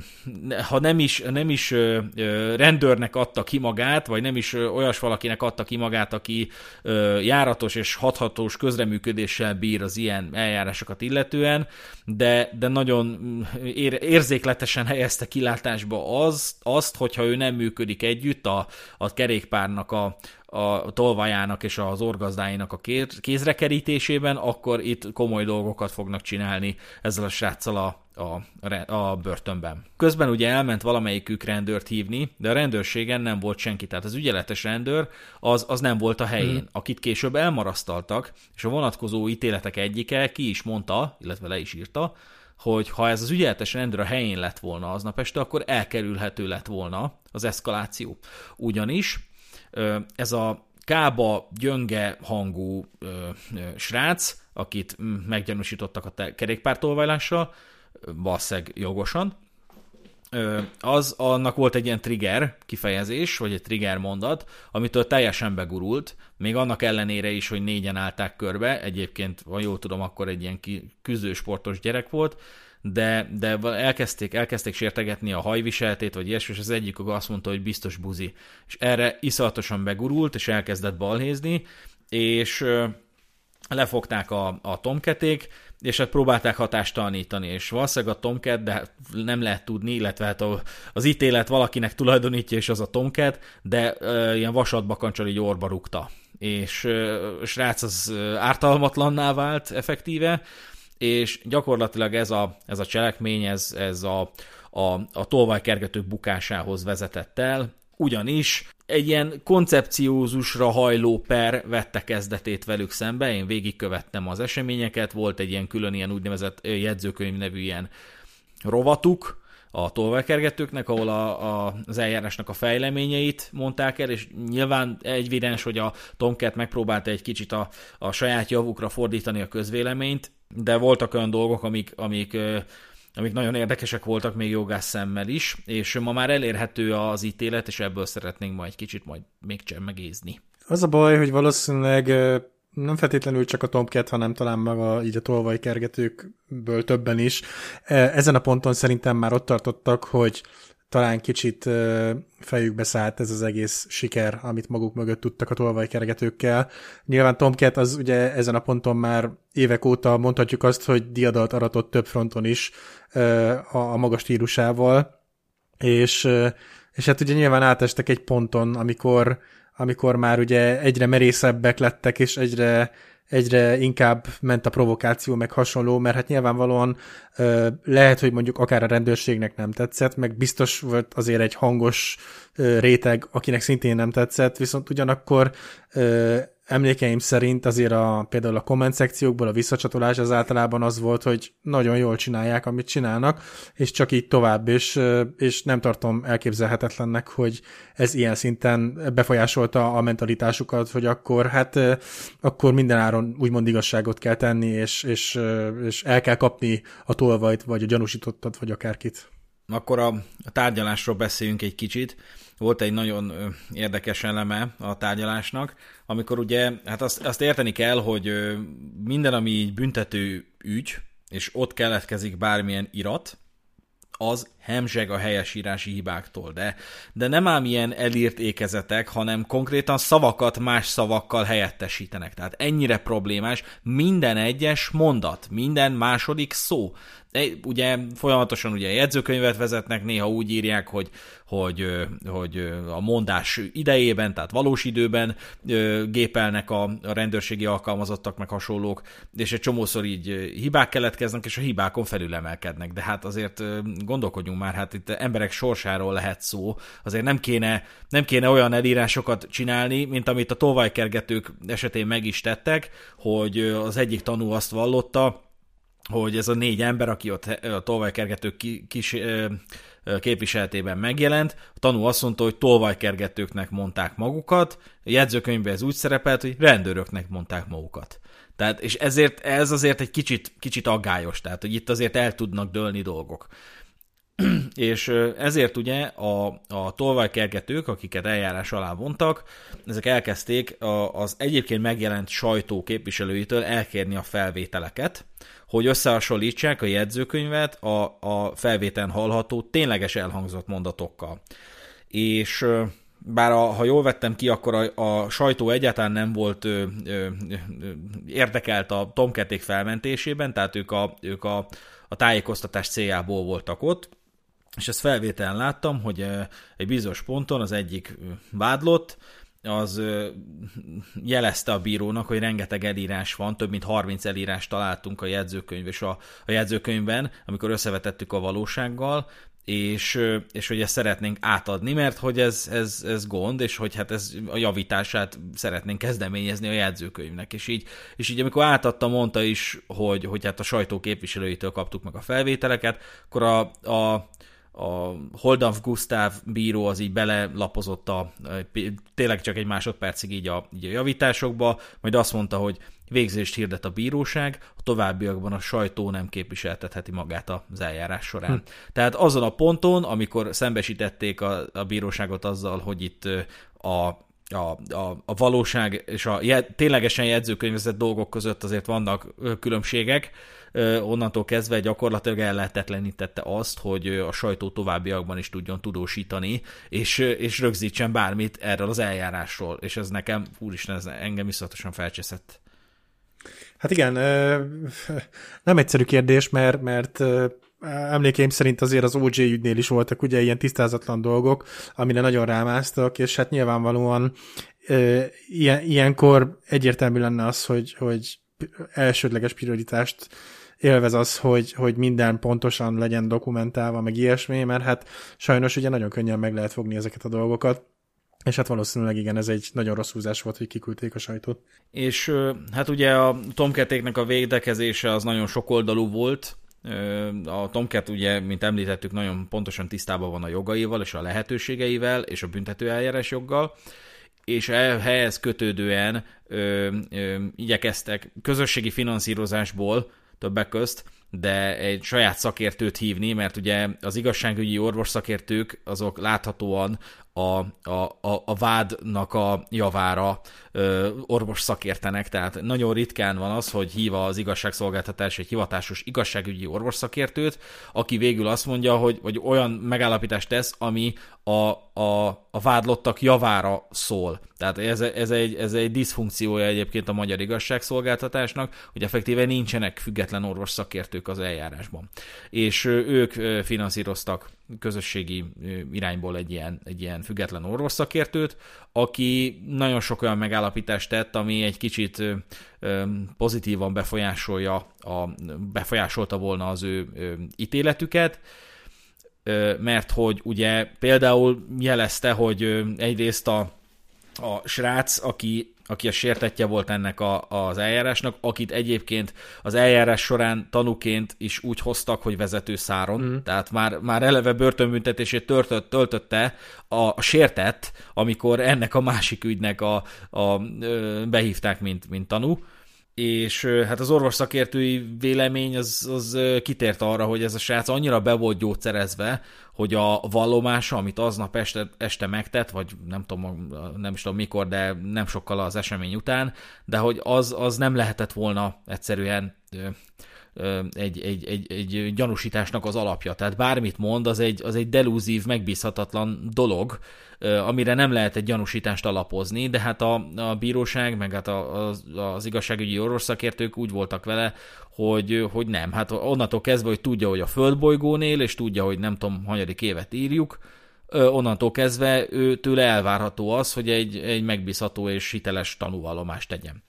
ha nem is, nem is ö, rendőrnek adta ki magát, vagy nem is ö, olyas valakinek adta ki magát, aki ö, járatos és hathatós közreműködéssel bír az ilyen eljárásokat illetően, de, de nagyon ér, érzékletesen helyezte kilátásba az, azt, hogyha ő nem működik együtt a, a kerékpárnak a, a tolvajának és az orgazdáinak a kézrekerítésében, akkor itt komoly dolgokat fognak csinálni ezzel a sráccal a, a, a börtönben. Közben ugye elment valamelyikük rendőrt hívni, de a rendőrségen nem volt senki, tehát az ügyeletes rendőr az, az nem volt a helyén, hmm. akit később elmarasztaltak, és a vonatkozó ítéletek egyike ki is mondta, illetve le is írta, hogy ha ez az ügyeletes rendőr a helyén lett volna aznap este, akkor elkerülhető lett volna az eszkaláció. Ugyanis ez a kába, gyönge hangú ö, ö, srác, akit meggyanúsítottak a kerékpártolvajlással, valószínűleg jogosan, ö, az annak volt egy ilyen trigger kifejezés, vagy egy trigger mondat, amitől teljesen begurult, még annak ellenére is, hogy négyen állták körbe, egyébként, ha jól tudom, akkor egy ilyen küzdősportos gyerek volt, de, de elkezdték, elkezdték sértegetni a hajviseltét, vagy ilyesmi, és az egyik azt mondta, hogy biztos buzi. És erre iszonyatosan begurult, és elkezdett balhézni, és lefogták a, a Tomcaték, és hát próbálták hatástalanítani, és valószínűleg a Tomcat, de nem lehet tudni, illetve hát az ítélet valakinek tulajdonítja, és az a Tomcat, de e, ilyen vasatbakancsal így orba rúgta. És e, a srác az ártalmatlanná vált effektíve, és gyakorlatilag ez a, ez a cselekmény, ez, ez a, a, a tolvajkergetők bukásához vezetett el, ugyanis egy ilyen koncepciózusra hajló per vette kezdetét velük szembe, én végigkövettem az eseményeket, volt egy ilyen külön ilyen úgynevezett jegyzőkönyv nevű ilyen rovatuk a tolvajkergetőknek, ahol a, a, az eljárásnak a fejleményeit mondták el, és nyilván evidens, hogy a Tomcat megpróbálta egy kicsit a, a saját javukra fordítani a közvéleményt, de voltak olyan dolgok, amik, amik amik nagyon érdekesek voltak még jogász szemmel is, és ma már elérhető az ítélet, és ebből szeretnénk majd egy kicsit majd még csemmegézni. Az a baj, hogy valószínűleg nem feltétlenül csak a Tomcat, hanem talán maga így a tolvajkergetőkből többen is. Ezen a ponton szerintem már ott tartottak, hogy talán kicsit fejükbe szállt ez az egész siker, amit maguk mögött tudtak a tolvajkergetőkkel. Nyilván Tomcat az ugye ezen a ponton már évek óta mondhatjuk azt, hogy diadalt aratott több fronton is a magas stílusával, és, és hát ugye nyilván átestek egy ponton, amikor, amikor már ugye egyre merészebbek lettek, és egyre egyre inkább ment a provokáció, meg hasonló, mert hát nyilvánvalóan ö, lehet, hogy mondjuk akár a rendőrségnek nem tetszett, meg biztos volt azért egy hangos ö, réteg, akinek szintén nem tetszett, viszont ugyanakkor ö, emlékeim szerint azért a, például a komment szekciókból a visszacsatolás az általában az volt, hogy nagyon jól csinálják, amit csinálnak, és csak így tovább, és, és nem tartom elképzelhetetlennek, hogy ez ilyen szinten befolyásolta a mentalitásukat, hogy akkor hát akkor mindenáron úgymond igazságot kell tenni, és, és, és el kell kapni a tolvajt, vagy a gyanúsítottat, vagy akárkit. Akkor a, a tárgyalásról beszéljünk egy kicsit. Volt egy nagyon érdekes eleme a tárgyalásnak, amikor ugye, hát azt, azt érteni kell, hogy minden, ami így büntető ügy, és ott keletkezik bármilyen irat, az hemzseg a helyesírási hibáktól, de, de nem ám ilyen elírt ékezetek, hanem konkrétan szavakat más szavakkal helyettesítenek. Tehát ennyire problémás minden egyes mondat, minden második szó. De ugye folyamatosan ugye jegyzőkönyvet vezetnek, néha úgy írják, hogy, hogy, hogy a mondás idejében, tehát valós időben gépelnek a, a rendőrségi alkalmazottak, meg hasonlók, és egy csomószor így hibák keletkeznek, és a hibákon felülemelkednek. De hát azért gondolkodjunk már, hát itt emberek sorsáról lehet szó, azért nem kéne, nem kéne olyan elírásokat csinálni, mint amit a tolvajkergetők esetén meg is tettek, hogy az egyik tanú azt vallotta, hogy ez a négy ember, aki ott a tolvajkergetők kis képviseletében megjelent, a tanú azt mondta, hogy tolvajkergetőknek mondták magukat, a jegyzőkönyvben ez úgy szerepelt, hogy rendőröknek mondták magukat. Tehát, és ezért ez azért egy kicsit, kicsit aggályos, tehát hogy itt azért el tudnak dőlni dolgok. És ezért ugye a, a tolvajkergetők, akiket eljárás alá vontak, ezek elkezdték az egyébként megjelent sajtó képviselőitől elkérni a felvételeket, hogy összehasonlítsák a jegyzőkönyvet a, a felvételen hallható tényleges elhangzott mondatokkal. És bár a, ha jól vettem ki, akkor a, a sajtó egyáltalán nem volt ö, ö, ö, érdekelt a Tomcaték felmentésében, tehát ők a, ők a, a tájékoztatás céljából voltak ott, és ezt felvételen láttam, hogy egy bizonyos ponton az egyik vádlott, az jelezte a bírónak, hogy rengeteg elírás van, több mint harminc elírást találtunk a jegyzőkönyv és a, a jegyzőkönyvben, amikor összevetettük a valósággal, és, és hogy ezt szeretnénk átadni, mert hogy ez, ez, ez gond, és hogy hát ez a javítását szeretnénk kezdeményezni a jegyzőkönyvnek. És így, és így amikor átadta, mondta is, hogy, hogy hát a sajtó képviselőitől kaptuk meg a felvételeket, akkor a, a a Holdanf Gusztáv bíró az így belelapozott a, tényleg csak egy másodpercig így a, így a javításokba, majd azt mondta, hogy végzést hirdet a bíróság, a továbbiakban a sajtó nem képviseltetheti magát az eljárás során. Hm. Tehát azon a ponton, amikor szembesítették a, a bíróságot azzal, hogy itt a a, a, a valóság és a jel, ténylegesen jegyzőkönyvezett dolgok között azért vannak különbségek. Onnantól kezdve gyakorlatilag ellehetetlenítette azt, hogy a sajtó továbbiakban is tudjon tudósítani, és, és rögzítsen bármit erről az eljárásról. És ez nekem, úristen, ez engem iszonyatosan felcseszett. Hát igen, nem egyszerű kérdés, mert, mert emlékeim szerint azért az o jé ügynél is voltak ugye ilyen tisztázatlan dolgok, amire nagyon rámáztak, és hát nyilvánvalóan ilyen, ilyenkor egyértelmű lenne az, hogy, hogy elsődleges prioritást élvez az, hogy, hogy minden pontosan legyen dokumentálva, meg ilyesmi, mert hát sajnos ugye nagyon könnyen meg lehet fogni ezeket a dolgokat, és hát valószínűleg igen, ez egy nagyon rossz húzás volt, hogy kiküldték a sajtót. És hát ugye a Tomcatéknek a védekezése az nagyon sokoldalú volt. A Tomcat ugye, mint említettük, nagyon pontosan tisztában van a jogaival és a lehetőségeivel és a büntetőeljárás joggal, és ehhez kötődően ö, ö, igyekeztek közösségi finanszírozásból többek közt, de egy saját szakértőt hívni, mert ugye az igazságügyi orvosszakértők azok láthatóan a, a, a, a vádnak a javára ö, orvos szakértenek, tehát nagyon ritkán van az, hogy hív az igazságszolgáltatás egy hivatásos igazságügyi orvosszakértőt, aki végül azt mondja, hogy vagy olyan megállapítást tesz, ami a, a, a vádlottak javára szól. Tehát ez, ez, egy, ez egy diszfunkciója egyébként a magyar igazságszolgáltatásnak, hogy effektíve nincsenek független orvosszakértők az eljárásban. És ők finanszíroztak közösségi irányból egy ilyen, egy ilyen független orvosszakértőt, aki nagyon sok olyan megállapítást tett, ami egy kicsit pozitívan befolyásolja a, befolyásolta volna az ő ítéletüket, mert hogy ugye például jelezte, hogy egyrészt a, a srác, aki aki a sértettje volt ennek a, az eljárásnak, akit egyébként az eljárás során tanúként is úgy hoztak, hogy vezetőszáron, mm. tehát már, már eleve börtönbüntetését töltött, töltötte a, a sértett, amikor ennek a másik ügynek a, a, a, behívták, mint, mint tanú. És hát az orvos szakértői vélemény az, az kitért arra, hogy ez a srác annyira be volt gyógyszerezve, hogy a vallomása, amit aznap este, este megtett, vagy nem tudom, nem is tudom mikor, de nem sokkal az esemény után, de hogy az, az nem lehetett volna egyszerűen egy, egy, egy, egy gyanúsításnak az alapja. Tehát bármit mond, az egy, az egy delúzív, megbízhatatlan dolog, amire nem lehet egy gyanúsítást alapozni, de hát a, a bíróság, meg hát a, az, az igazságügyi orvosszakértők úgy voltak vele, hogy, hogy nem. Hát onnantól kezdve, hogy tudja, hogy a földbolygón él, és tudja, hogy nem tudom, hanyadik évet írjuk, onnantól kezdve ő tőle elvárható az, hogy egy, egy megbízható és hiteles tanúvallomást tegyen.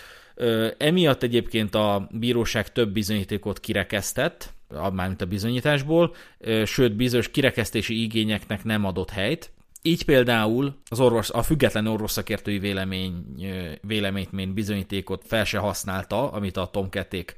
Emiatt egyébként a bíróság több bizonyítékot kirekesztett, mármint a bizonyításból, sőt bizonyos kirekesztési igényeknek nem adott helyt. Így például az orvos, a független orvosszakértői vélemény, véleményt, mint bizonyítékot fel se használta, amit a Tomcaték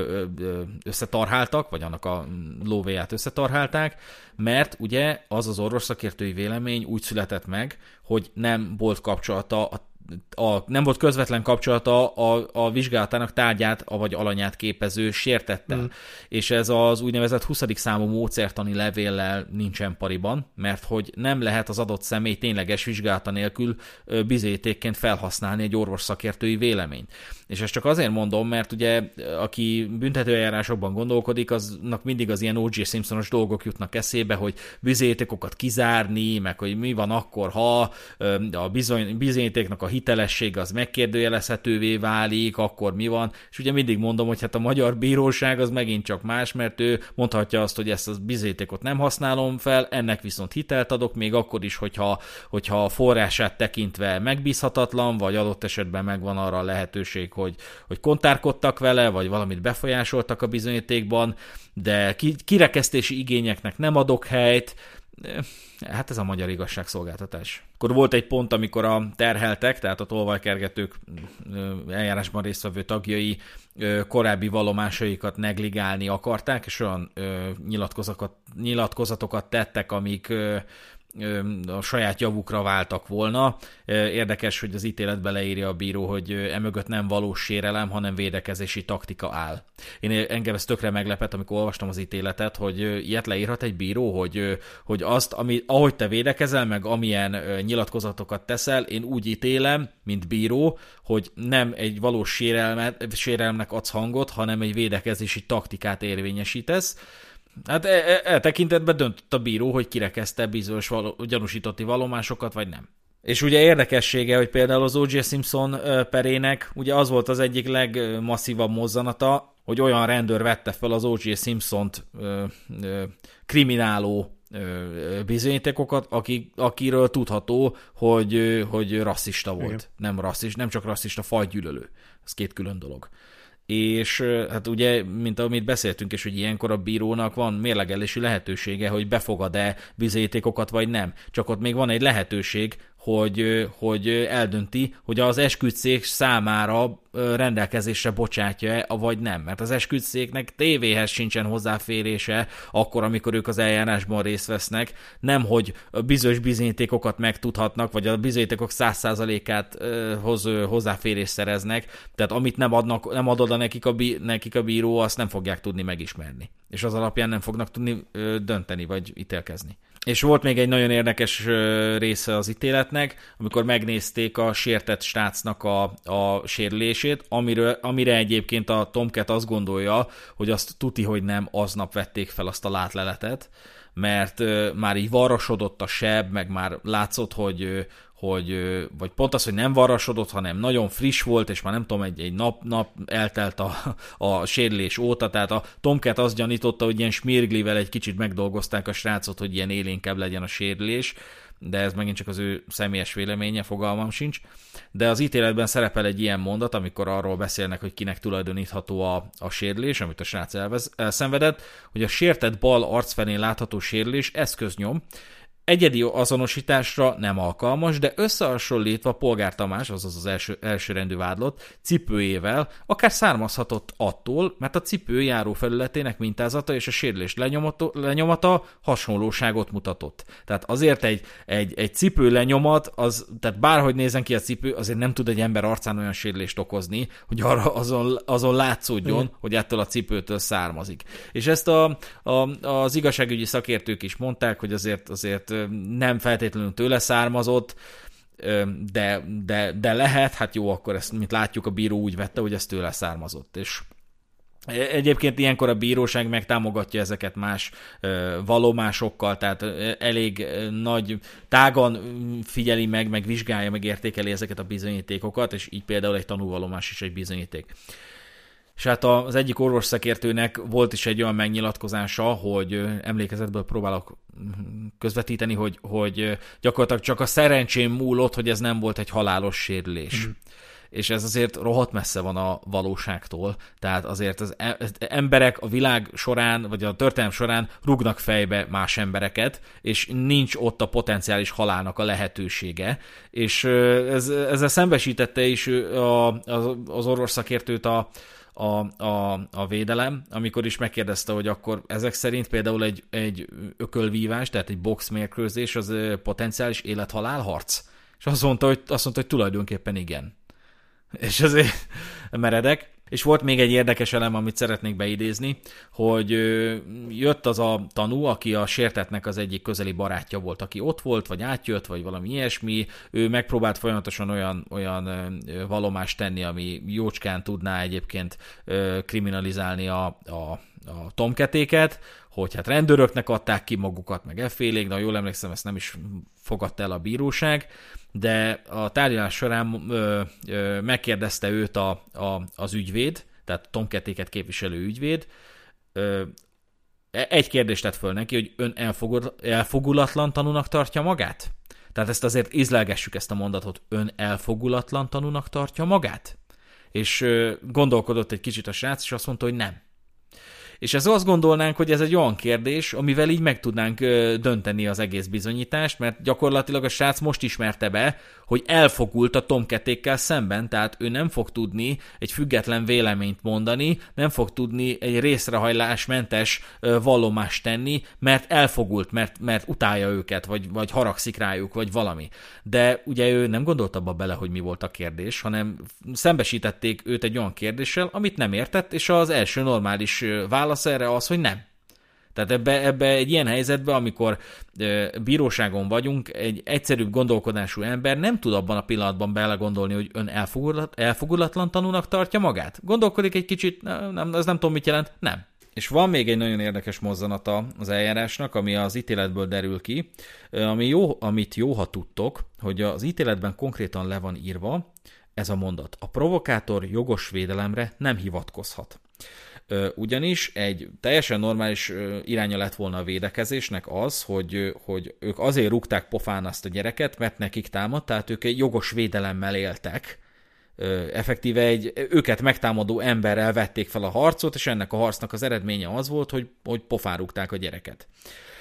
összetarháltak, vagy annak a lóvéját összetarhálták, mert ugye az az orvosszakértői vélemény úgy született meg, hogy nem volt kapcsolata a A, nem volt közvetlen kapcsolata a, a vizsgálatának tárgyát, vagy alanyát képező sértettel. Mm. És ez az úgynevezett huszadik számú módszertani levéllel nincsen pariban, mert hogy nem lehet az adott személy tényleges vizsgálata nélkül bizonyítékként felhasználni egy orvosszakértői véleményt. És ezt csak azért mondom, mert ugye aki büntetőeljárásokban gondolkodik, aznak mindig az ilyen o jé Simpsonos dolgok jutnak eszébe, hogy bizonyítékokat kizárni, meg hogy mi van akkor, ha a bizony, bizonyítéknak a hitelesség az megkérdőjelezhetővé válik, akkor mi van, és ugye mindig mondom, hogy hát a magyar bíróság az megint csak más, mert ő mondhatja azt, hogy ezt a bizonyítékot nem használom fel, ennek viszont hitelt adok, még akkor is, hogyha, hogyha a forrását tekintve megbízhatatlan, vagy adott esetben megvan arra a lehetőség, hogy, hogy kontárkodtak vele, vagy valamit befolyásoltak a bizonyítékban, de kirekesztési igényeknek nem adok helyt. Hát ez a magyar igazságszolgáltatás. Akkor volt egy pont, amikor a terheltek, tehát a tolvajkergetők eljárásban résztvevő tagjai korábbi vallomásaikat negligálni akarták, és olyan nyilatkozatokat, nyilatkozatokat tettek, amik a saját javukra váltak volna. Érdekes, hogy az ítéletbe leírja a bíró, hogy emögött nem valós sérelem, hanem védekezési taktika áll. Én engem ez tökre meglepett, amikor olvastam az ítéletet, hogy ilyet leírhat egy bíró, hogy, hogy azt, ami, ahogy te védekezel, meg amilyen nyilatkozatokat teszel, én úgy ítélem, mint bíró, hogy nem egy valós sérelmet, sérelmnek adsz hangot, hanem egy védekezési taktikát érvényesítesz. Hát e, e, e tekintetben döntött a bíró, hogy kirekezte bizonyos való, gyanúsítotti vallomásokat, vagy nem. És ugye érdekessége, hogy például az o jé Simpson perének ugye az volt az egyik legmasszívabb mozzanata, hogy olyan rendőr vette fel az o jé Simpsont ö, ö, krimináló ö, bizonyítékokat, aki, akiről tudható, hogy, hogy rasszista volt. Igen. Nem rasszista, nem csak rasszista, fajgyűlölő. Ez két külön dolog. És hát ugye, mint amit beszéltünk, és hogy ilyenkor a bírónak van mérlegelési lehetősége, hogy befogad-e bizonyítékokat, vagy nem. Csak ott még van egy lehetőség, hogy, hogy eldönti, hogy az esküdtszék számára rendelkezésre bocsátja-e, vagy nem. Mert az esküdtszéknek tévéhez sincsen hozzáférése akkor, amikor ők az eljárásban részt vesznek, nem, hogy bizonyos bizonyítékokat megtudhatnak, vagy a bizonyítékok száz százalékát hoz, hozzáférést szereznek, tehát amit nem, adnak, nem ad oda nekik a, bí, nekik a bíró, azt nem fogják tudni megismerni. És az alapján nem fognak tudni dönteni, vagy ítélkezni. És volt még egy nagyon érdekes része az ítéletnek, amikor megnézték a sértett srácnak a, a sérülését, amiről, amire egyébként a Tomcat azt gondolja, hogy azt tuti, hogy nem aznap vették fel azt a látleletet, mert már így varrasodott a seb, meg már látszott, hogy, hogy vagy pont az, hogy nem varrasodott, hanem nagyon friss volt, és már nem tudom, egy, egy nap, nap eltelt a, a sérülés óta, tehát a Tomcat azt gyanította, hogy ilyen smirglivel egy kicsit megdolgozták a srácot, hogy ilyen élénkebb legyen a sérülés, de ez megint csak az ő személyes véleménye, fogalmam sincs. De az ítéletben szerepel egy ilyen mondat, amikor arról beszélnek, hogy kinek tulajdonítható a, a sérülés, amit a srác elvez, elszenvedett, hogy a sértett bal arcfelén látható sérülés eszköznyom, egyedi azonosításra nem alkalmas, de összehasonlítva Polgár Tamás, azaz az első, elsőrendű vádlott cipőjével, akár származhatott attól, mert a cipő járó felületének mintázata és a sérülés lenyomata hasonlóságot mutatott. Tehát azért egy, egy, egy cipő lenyomat, az, tehát bárhogy nézzen ki a cipő, azért nem tud egy ember arcán olyan sérülést okozni, hogy arra azon, azon látszódjon, mm. hogy ettől a cipőtől származik. És ezt a, a, az igazságügyi szakértők is mondták, hogy azért, azért nem feltétlenül tőle származott, de, de, de lehet, hát jó, akkor ezt, mint látjuk, a bíró úgy vette, hogy ez tőle származott. És egyébként ilyenkor a bíróság megtámogatja ezeket más vallomásokkal, tehát elég nagy, tágan figyeli meg, meg vizsgálja, meg értékeli ezeket a bizonyítékokat, és így például egy tanúvallomás is egy bizonyíték. És hát az egyik orvosszakértőnek volt is egy olyan megnyilatkozása, hogy emlékezetből próbálok közvetíteni, hogy, hogy gyakorlatilag csak a szerencsém múlott, hogy ez nem volt egy halálos sérülés. Mm. És ez azért rohadt messze van a valóságtól. Tehát azért az emberek a világ során, vagy a történelem során rúgnak fejbe más embereket, és nincs ott a potenciális halálnak a lehetősége. És ez, ezzel szembesítette is a, az orvosszakértőt a A, a, a védelem, amikor is megkérdezte, hogy akkor ezek szerint például egy, egy ökölvívás, tehát egy boxmérkőzés az potenciális élet-halál harc. És azt mondta, hogy, azt mondta, hogy tulajdonképpen igen. És azért meredek. És volt még egy érdekes elem, amit szeretnék beidézni, hogy jött az a tanú, aki a sértettnek az egyik közeli barátja volt, aki ott volt, vagy átjött, vagy valami ilyesmi. Ő megpróbált folyamatosan olyan, olyan vallomást tenni, ami jócskán tudná egyébként kriminalizálni a, a, a tomketéket, hogy hát rendőröknek adták ki magukat, meg effélék, de jól emlékszem, ezt nem is fogadta el a bíróság, de a tárgyalás során ö, ö, megkérdezte őt a, a, az ügyvéd, tehát tomketéket képviselő ügyvéd, ö, egy kérdést tett föl neki, hogy ön elfogul, elfogulatlan tanúnak tartja magát? Tehát ezt azért ízlelgessük, ezt a mondatot, ön elfogulatlan tanúnak tartja magát? És ö, gondolkodott egy kicsit a srác, és azt mondta, hogy nem. És ez azt gondolnánk, hogy ez egy olyan kérdés, amivel így meg tudnánk dönteni az egész bizonyítást, mert gyakorlatilag a srác most ismerte be, hogy elfogult a tomketékkel szemben, tehát ő nem fog tudni egy független véleményt mondani, nem fog tudni egy részrehajlásmentes vallomást tenni, mert elfogult, mert, mert utálja őket, vagy, vagy haragszik rájuk, vagy valami. De ugye ő nem gondolt abba bele, hogy mi volt a kérdés, hanem szembesítették őt egy olyan kérdéssel, amit nem értett, és az első normális válasz erre az, hogy nem. Tehát ebbe, ebbe egy ilyen helyzetben, amikor e, bíróságon vagyunk, egy egyszerűbb gondolkodású ember nem tud abban a pillanatban belegondolni, hogy ön elfogulat, elfogulatlan tanúnak tartja magát. Gondolkodik egy kicsit, nem, az nem tudom, mit jelent, nem. És van még egy nagyon érdekes mozzanata az eljárásnak, ami az ítéletből derül ki, ami jó, amit jó, ha tudtok, hogy az ítéletben konkrétan le van írva ez a mondat. A provokátor jogos védelemre nem hivatkozhat. Ugyanis egy teljesen normális iránya lett volna a védekezésnek az, hogy, hogy ők azért rúgták pofán azt a gyereket, mert nekik támadt, tehát ők egy jogos védelemmel éltek. Effektíve egy őket megtámadó emberrel vették fel a harcot, és ennek a harcnak az eredménye az volt, hogy, hogy pofán rúgták a gyereket.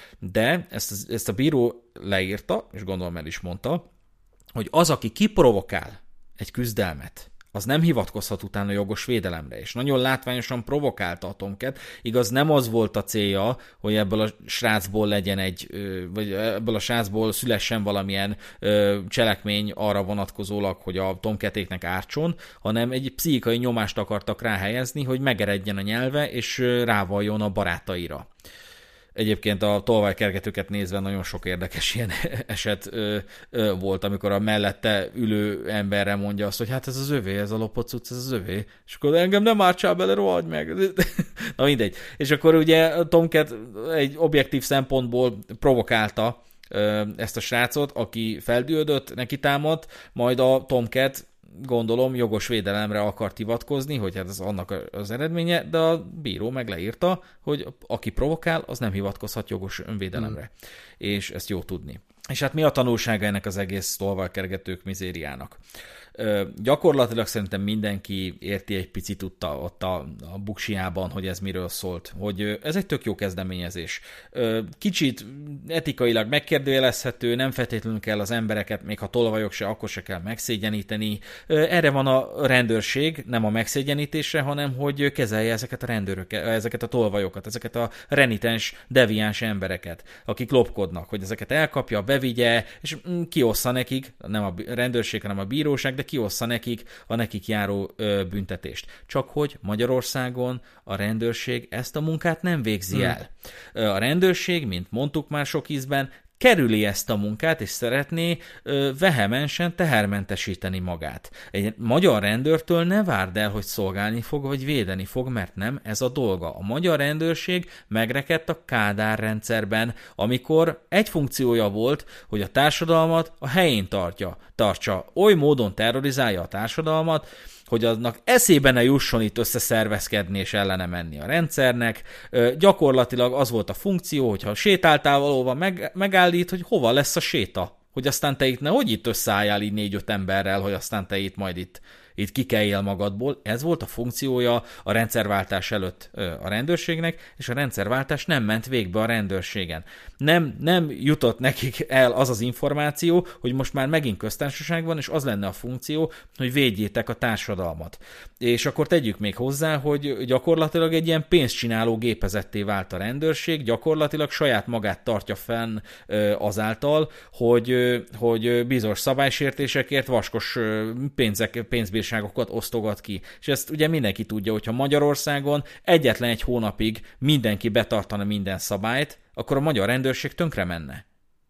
De ezt, ezt a bíró leírta, és gondolom el is mondta, hogy az, aki kiprovokál egy küzdelmet, az nem hivatkozhat utána jogos védelemre, és nagyon látványosan provokálta a Tomcat. Igaz, nem az volt a célja, hogy ebből a srácból legyen egy, vagy ebből a srácból szülessen valamilyen cselekmény arra vonatkozólag, hogy a Tomcatéknek ártson, hanem egy pszichikai nyomást akartak ráhelyezni, hogy megeredjen a nyelve, és rávalljon a barátaira. Egyébként a tolvajkergetőket nézve nagyon sok érdekes ilyen eset ö, ö, volt, amikor a mellette ülő emberre mondja azt, hogy hát ez az övé, ez a lopott cucc, ez az övé. És akkor engem nem ártsál bele, rohadj meg. Na mindegy. És akkor ugye Tomcat egy objektív szempontból provokálta ö, ezt a srácot, aki feldühödött, neki támadt, majd a Tomcat gondolom jogos védelemre akart hivatkozni, hogy hát ez annak az eredménye, de a bíró meg leírta, hogy aki provokál, az nem hivatkozhat jogos önvédelemre. Hmm. És ezt jó tudni. És hát mi a tanulsága ennek az egész tolvajkergetők mizériának? Ö, gyakorlatilag szerintem mindenki érti egy picit ott a, ott a, a buksiában, hogy ez miről szólt, hogy ez egy tök jó kezdeményezés. Ö, kicsit etikailag megkérdőjelezhető, nem feltétlenül kell az embereket, még ha tolvajok se, akkor se kell megszégyeníteni. Ö, erre van a rendőrség, nem a megszégyenítésre, hanem hogy kezelje ezeket a rendőröket, ezeket a tolvajokat, ezeket a renitens, deviáns embereket, akik lopkodnak, hogy ezeket elkapja, bevigye, és kiossza nekik, nem a rendőrség, hanem a bíróság, de kiossza nekik a nekik járó ö, büntetést. Csak hogy Magyarországon a rendőrség ezt a munkát nem végzi hmm. el. A rendőrség, mint mondtuk már sok ízben, kerüli ezt a munkát, és szeretné ö, vehemensen tehermentesíteni magát. Egy magyar rendőrtől ne várd el, hogy szolgálni fog, vagy védeni fog, mert nem ez a dolga. A magyar rendőrség megrekedt a Kádár rendszerben, amikor egy funkciója volt, hogy a társadalmat a helyén tartja, tartsa, oly módon terrorizálja a társadalmat, hogy annak eszébe ne jusson itt összeszervezkedni és ellene menni a rendszernek. Ö, gyakorlatilag az volt a funkció, hogyha sétáltál valóban meg, megállít, hogy hova lesz a séta. Hogy aztán te itt nehogy itt összeálljál így négy-öt emberrel, hogy aztán te itt majd itt, itt kikeljél magadból. Ez volt a funkciója a rendszerváltás előtt a rendőrségnek, és a rendszerváltás nem ment végbe a rendőrségen. Nem, nem jutott nekik el az az információ, hogy most már megint köztársaság van, és az lenne a funkció, hogy védjétek a társadalmat. És akkor tegyük még hozzá, hogy gyakorlatilag egy ilyen pénzcsináló gépezetté vált a rendőrség, gyakorlatilag saját magát tartja fenn azáltal, hogy, hogy bizonyos szabálysértésekért vaskos pénzek, pénzbírságokat osztogat ki. És ezt ugye mindenki tudja, hogyha Magyarországon egyetlen egy hónapig mindenki betartana minden szabályt, akkor a magyar rendőrség tönkre menne.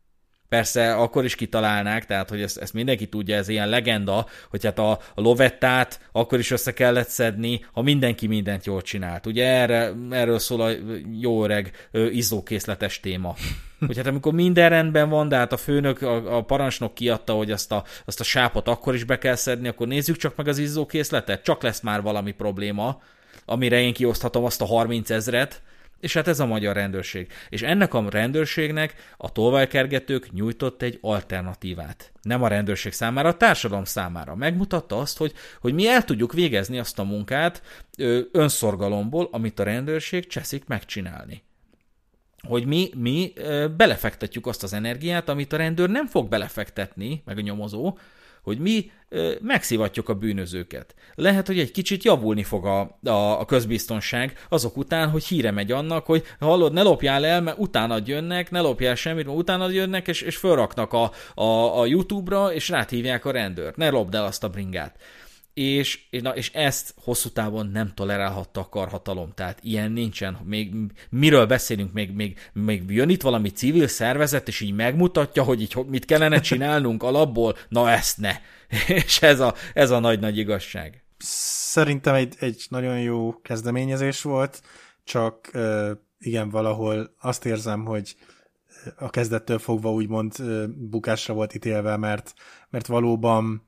Persze akkor is kitalálnák, tehát hogy ezt, ezt mindenki tudja, ez ilyen legenda, hogy hát a, a Lovettát akkor is össze kellett szedni, ha mindenki mindent jól csinált. Ugye erre, erről szól a jó öreg izzókészletes téma. Hogy hát amikor minden rendben van, de hát a főnök, a, a parancsnok kiadta, hogy azt a, azt a sápot akkor is be kell szedni, akkor nézzük csak meg az izzókészletet, csak lesz már valami probléma, amire én kioszthatom azt a harminc ezret, És hát ez a magyar rendőrség. És ennek a rendőrségnek a tolvajkergetők nyújtott egy alternatívát. Nem a rendőrség számára, a társadalom számára. Megmutatta azt, hogy, hogy mi el tudjuk végezni azt a munkát ö, önszorgalomból, amit a rendőrség cseszik megcsinálni. Hogy mi, mi ö, belefektetjük azt az energiát, amit a rendőr nem fog belefektetni, meg a nyomozó, hogy mi ö, megszivatjuk a bűnözőket. Lehet, hogy egy kicsit javulni fog a, a, a közbiztonság azok után, hogy híre megy annak, hogy hallod, ne lopjál el, mert utána jönnek, ne lopjál semmit, mert utána jönnek, és, és fölraknak a, a, a YouTube-ra, és ráthívják a rendőrt. Ne lopd el azt a bringát. És, na, és ezt hosszú távon nem tolerálhatta a karhatalom. Tehát ilyen nincsen. Még, miről beszélünk? Még, még, még jön itt valami civil szervezet, és így megmutatja, hogy így mit kellene csinálnunk alapból? Na ezt ne. És ez a, ez a nagy-nagy igazság. Szerintem egy, egy nagyon jó kezdeményezés volt, csak igen, valahol azt érzem, hogy a kezdettől fogva úgymond bukásra volt ítélve, mert, mert valóban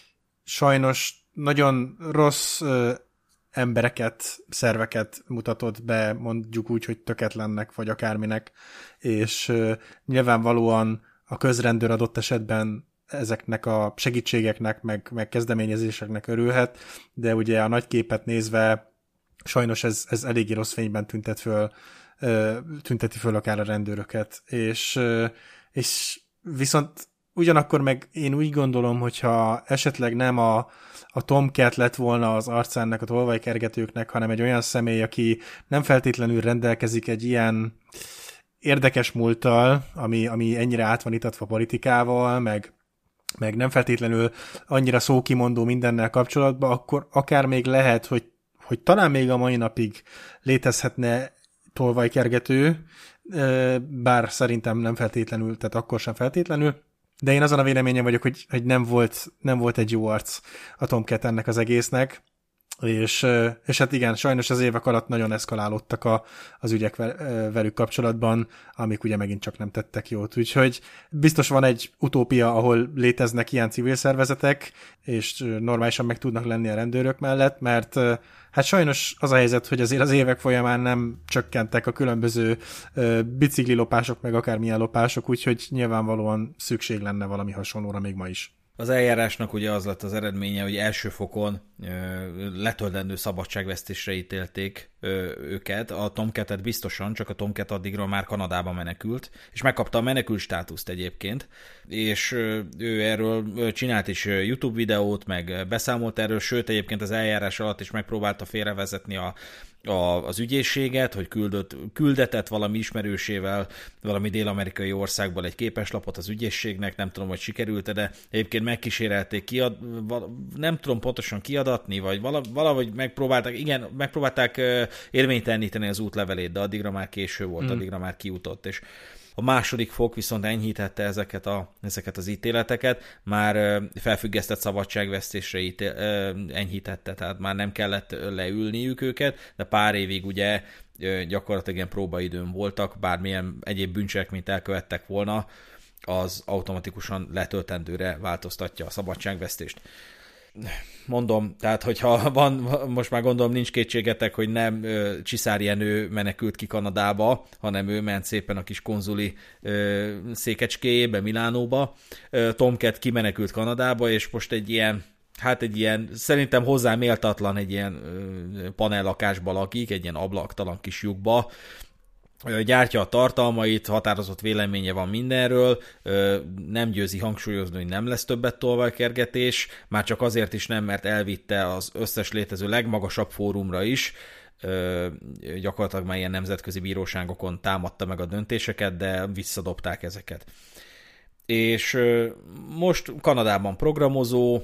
sajnos nagyon rossz ö, embereket, szerveket mutatott be, mondjuk úgy, hogy töketlennek, vagy akárminek, és ö, nyilvánvalóan a közrendőr adott esetben ezeknek a segítségeknek, meg, meg kezdeményezéseknek örülhet, de ugye a nagy képet nézve sajnos ez, ez eléggé rossz fényben tüntet föl, ö, tünteti föl akár a rendőröket, és, ö, és viszont ugyanakkor meg én úgy gondolom, hogyha esetleg nem a a Tomcat lett volna az arcának a tolvajkergetőknek, hanem egy olyan személy, aki nem feltétlenül rendelkezik egy ilyen érdekes múlttal, ami, ami ennyire át van itatva politikával, meg, meg nem feltétlenül annyira szókimondó mindennel kapcsolatban, akkor akár még lehet, hogy, hogy talán még a mai napig létezhetne tolvajkergető, bár szerintem nem feltétlenül, tehát akkor sem feltétlenül, de én azon a véleményem vagyok, hogy, hogy nem, volt, nem volt egy jó arc a Tomcat ennek az egésznek, és, és hát igen, sajnos az évek alatt nagyon eszkalálódtak a, az ügyek velük kapcsolatban, amik ugye megint csak nem tettek jót. Úgyhogy biztos van egy utópia, ahol léteznek ilyen civil szervezetek, és normálisan meg tudnak lenni a rendőrök mellett, mert hát sajnos az a helyzet, hogy azért az évek folyamán nem csökkentek a különböző biciklilopások, meg akármilyen lopások, úgyhogy nyilvánvalóan szükség lenne valami hasonlóra még ma is. Az eljárásnak ugye az lett az eredménye, hogy első fokon ö, letöltendő szabadságvesztésre ítélték ö, őket. A Tomcatet biztosan, csak a Tomcat addigra már Kanadába menekült, és megkapta a menekült státuszt egyébként, és ö, ő erről csinált is YouTube videót, meg beszámolt erről, sőt egyébként az eljárás alatt is megpróbálta félrevezetni a A, az ügyészséget, hogy küldött, küldetett valami ismerősével valami dél-amerikai országból egy képeslapot az ügyészségnek, nem tudom, hogy sikerült, de egyébként megkísérelték kiad, nem tudom pontosan kiadatni, vagy valahogy megpróbálták, igen, megpróbálták érvényteleníteni az útlevelét, de addigra már késő volt, mm. addigra már kijutott, és a második fok viszont enyhítette ezeket, a, ezeket az ítéleteket, már felfüggesztett szabadságvesztésre ítél, enyhítette, tehát már nem kellett leülniük őket, de pár évig ugye gyakorlatilag ilyen próbaidőn voltak, bármilyen egyéb bűncselekményt elkövettek volna, az automatikusan letöltendőre változtatja a szabadságvesztést. Mondom, tehát hogyha van, most már gondolom nincs kétségetek, hogy nem ö, Csiszár Jenő menekült ki Kanadába, hanem ő ment szépen a kis konzuli ö, székecskéjébe, Milánóba. Ö, Tomcat kimenekült Kanadába, és most egy ilyen, hát egy ilyen, szerintem hozzá méltatlan egy ilyen ö, panellakásba lakik, egy ilyen ablaktalan kis lyukba, gyártja a tartalmait, határozott véleménye van mindenről, nem győzi hangsúlyozni, hogy nem lesz többet tolvajkergetés, már csak azért is nem, mert elvitte az összes létező legmagasabb fórumra is, gyakorlatilag már ilyen nemzetközi bíróságokon támadta meg a döntéseket, de visszadobták ezeket. És most Kanadában programozó,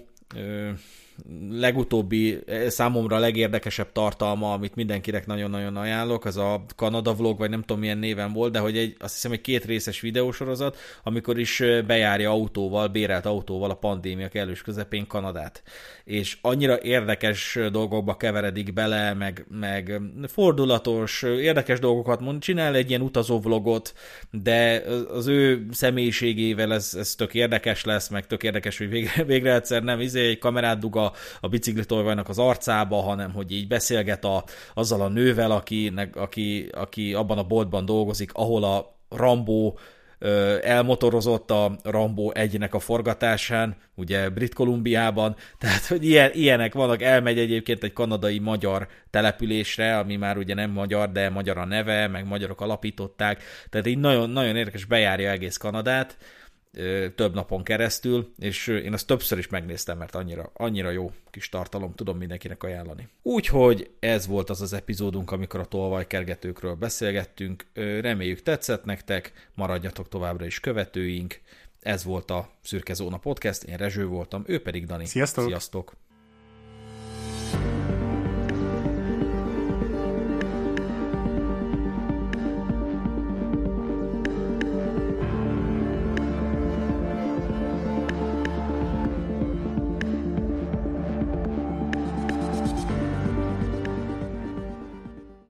legutóbbi, számomra a legérdekesebb tartalma, amit mindenkinek nagyon-nagyon ajánlok, az a Kanada vlog, vagy nem tudom milyen néven volt, de hogy egy, azt hiszem egy két részes videósorozat, amikor is bejárja autóval, bérelt autóval a pandémia kellős közepén Kanadát. És annyira érdekes dolgokba keveredik bele, meg, meg fordulatos, érdekes dolgokat mond, csinál egy ilyen utazó vlogot, de az ő személyiségével ez, ez tök érdekes lesz, meg tök érdekes, hogy végre, végre egyszer nem izé, egy kamerát dug a a, a biciklitolvajnak az arcába, hanem hogy így beszélget a, azzal a nővel, aki, aki, aki abban a boltban dolgozik, ahol a Rambo elmotorozott a Rambo egynek a forgatásán, ugye Brit Kolumbiában, tehát hogy ilyen, ilyenek vannak, elmegy egyébként egy kanadai-magyar településre, ami már ugye nem magyar, de magyar a neve, meg magyarok alapították, tehát így nagyon, nagyon érdekes, bejárja egész Kanadát, több napon keresztül, és én azt többször is megnéztem, mert annyira, annyira jó kis tartalom, tudom mindenkinek ajánlani. Úgyhogy ez volt az az epizódunk, amikor a tolvajkergetőkről beszélgettünk. Reméljük tetszett nektek, maradjatok továbbra is követőink. Ez volt a Szürke Zóna Podcast, én Rezső voltam, ő pedig Dani. Sziasztok! Sziasztok!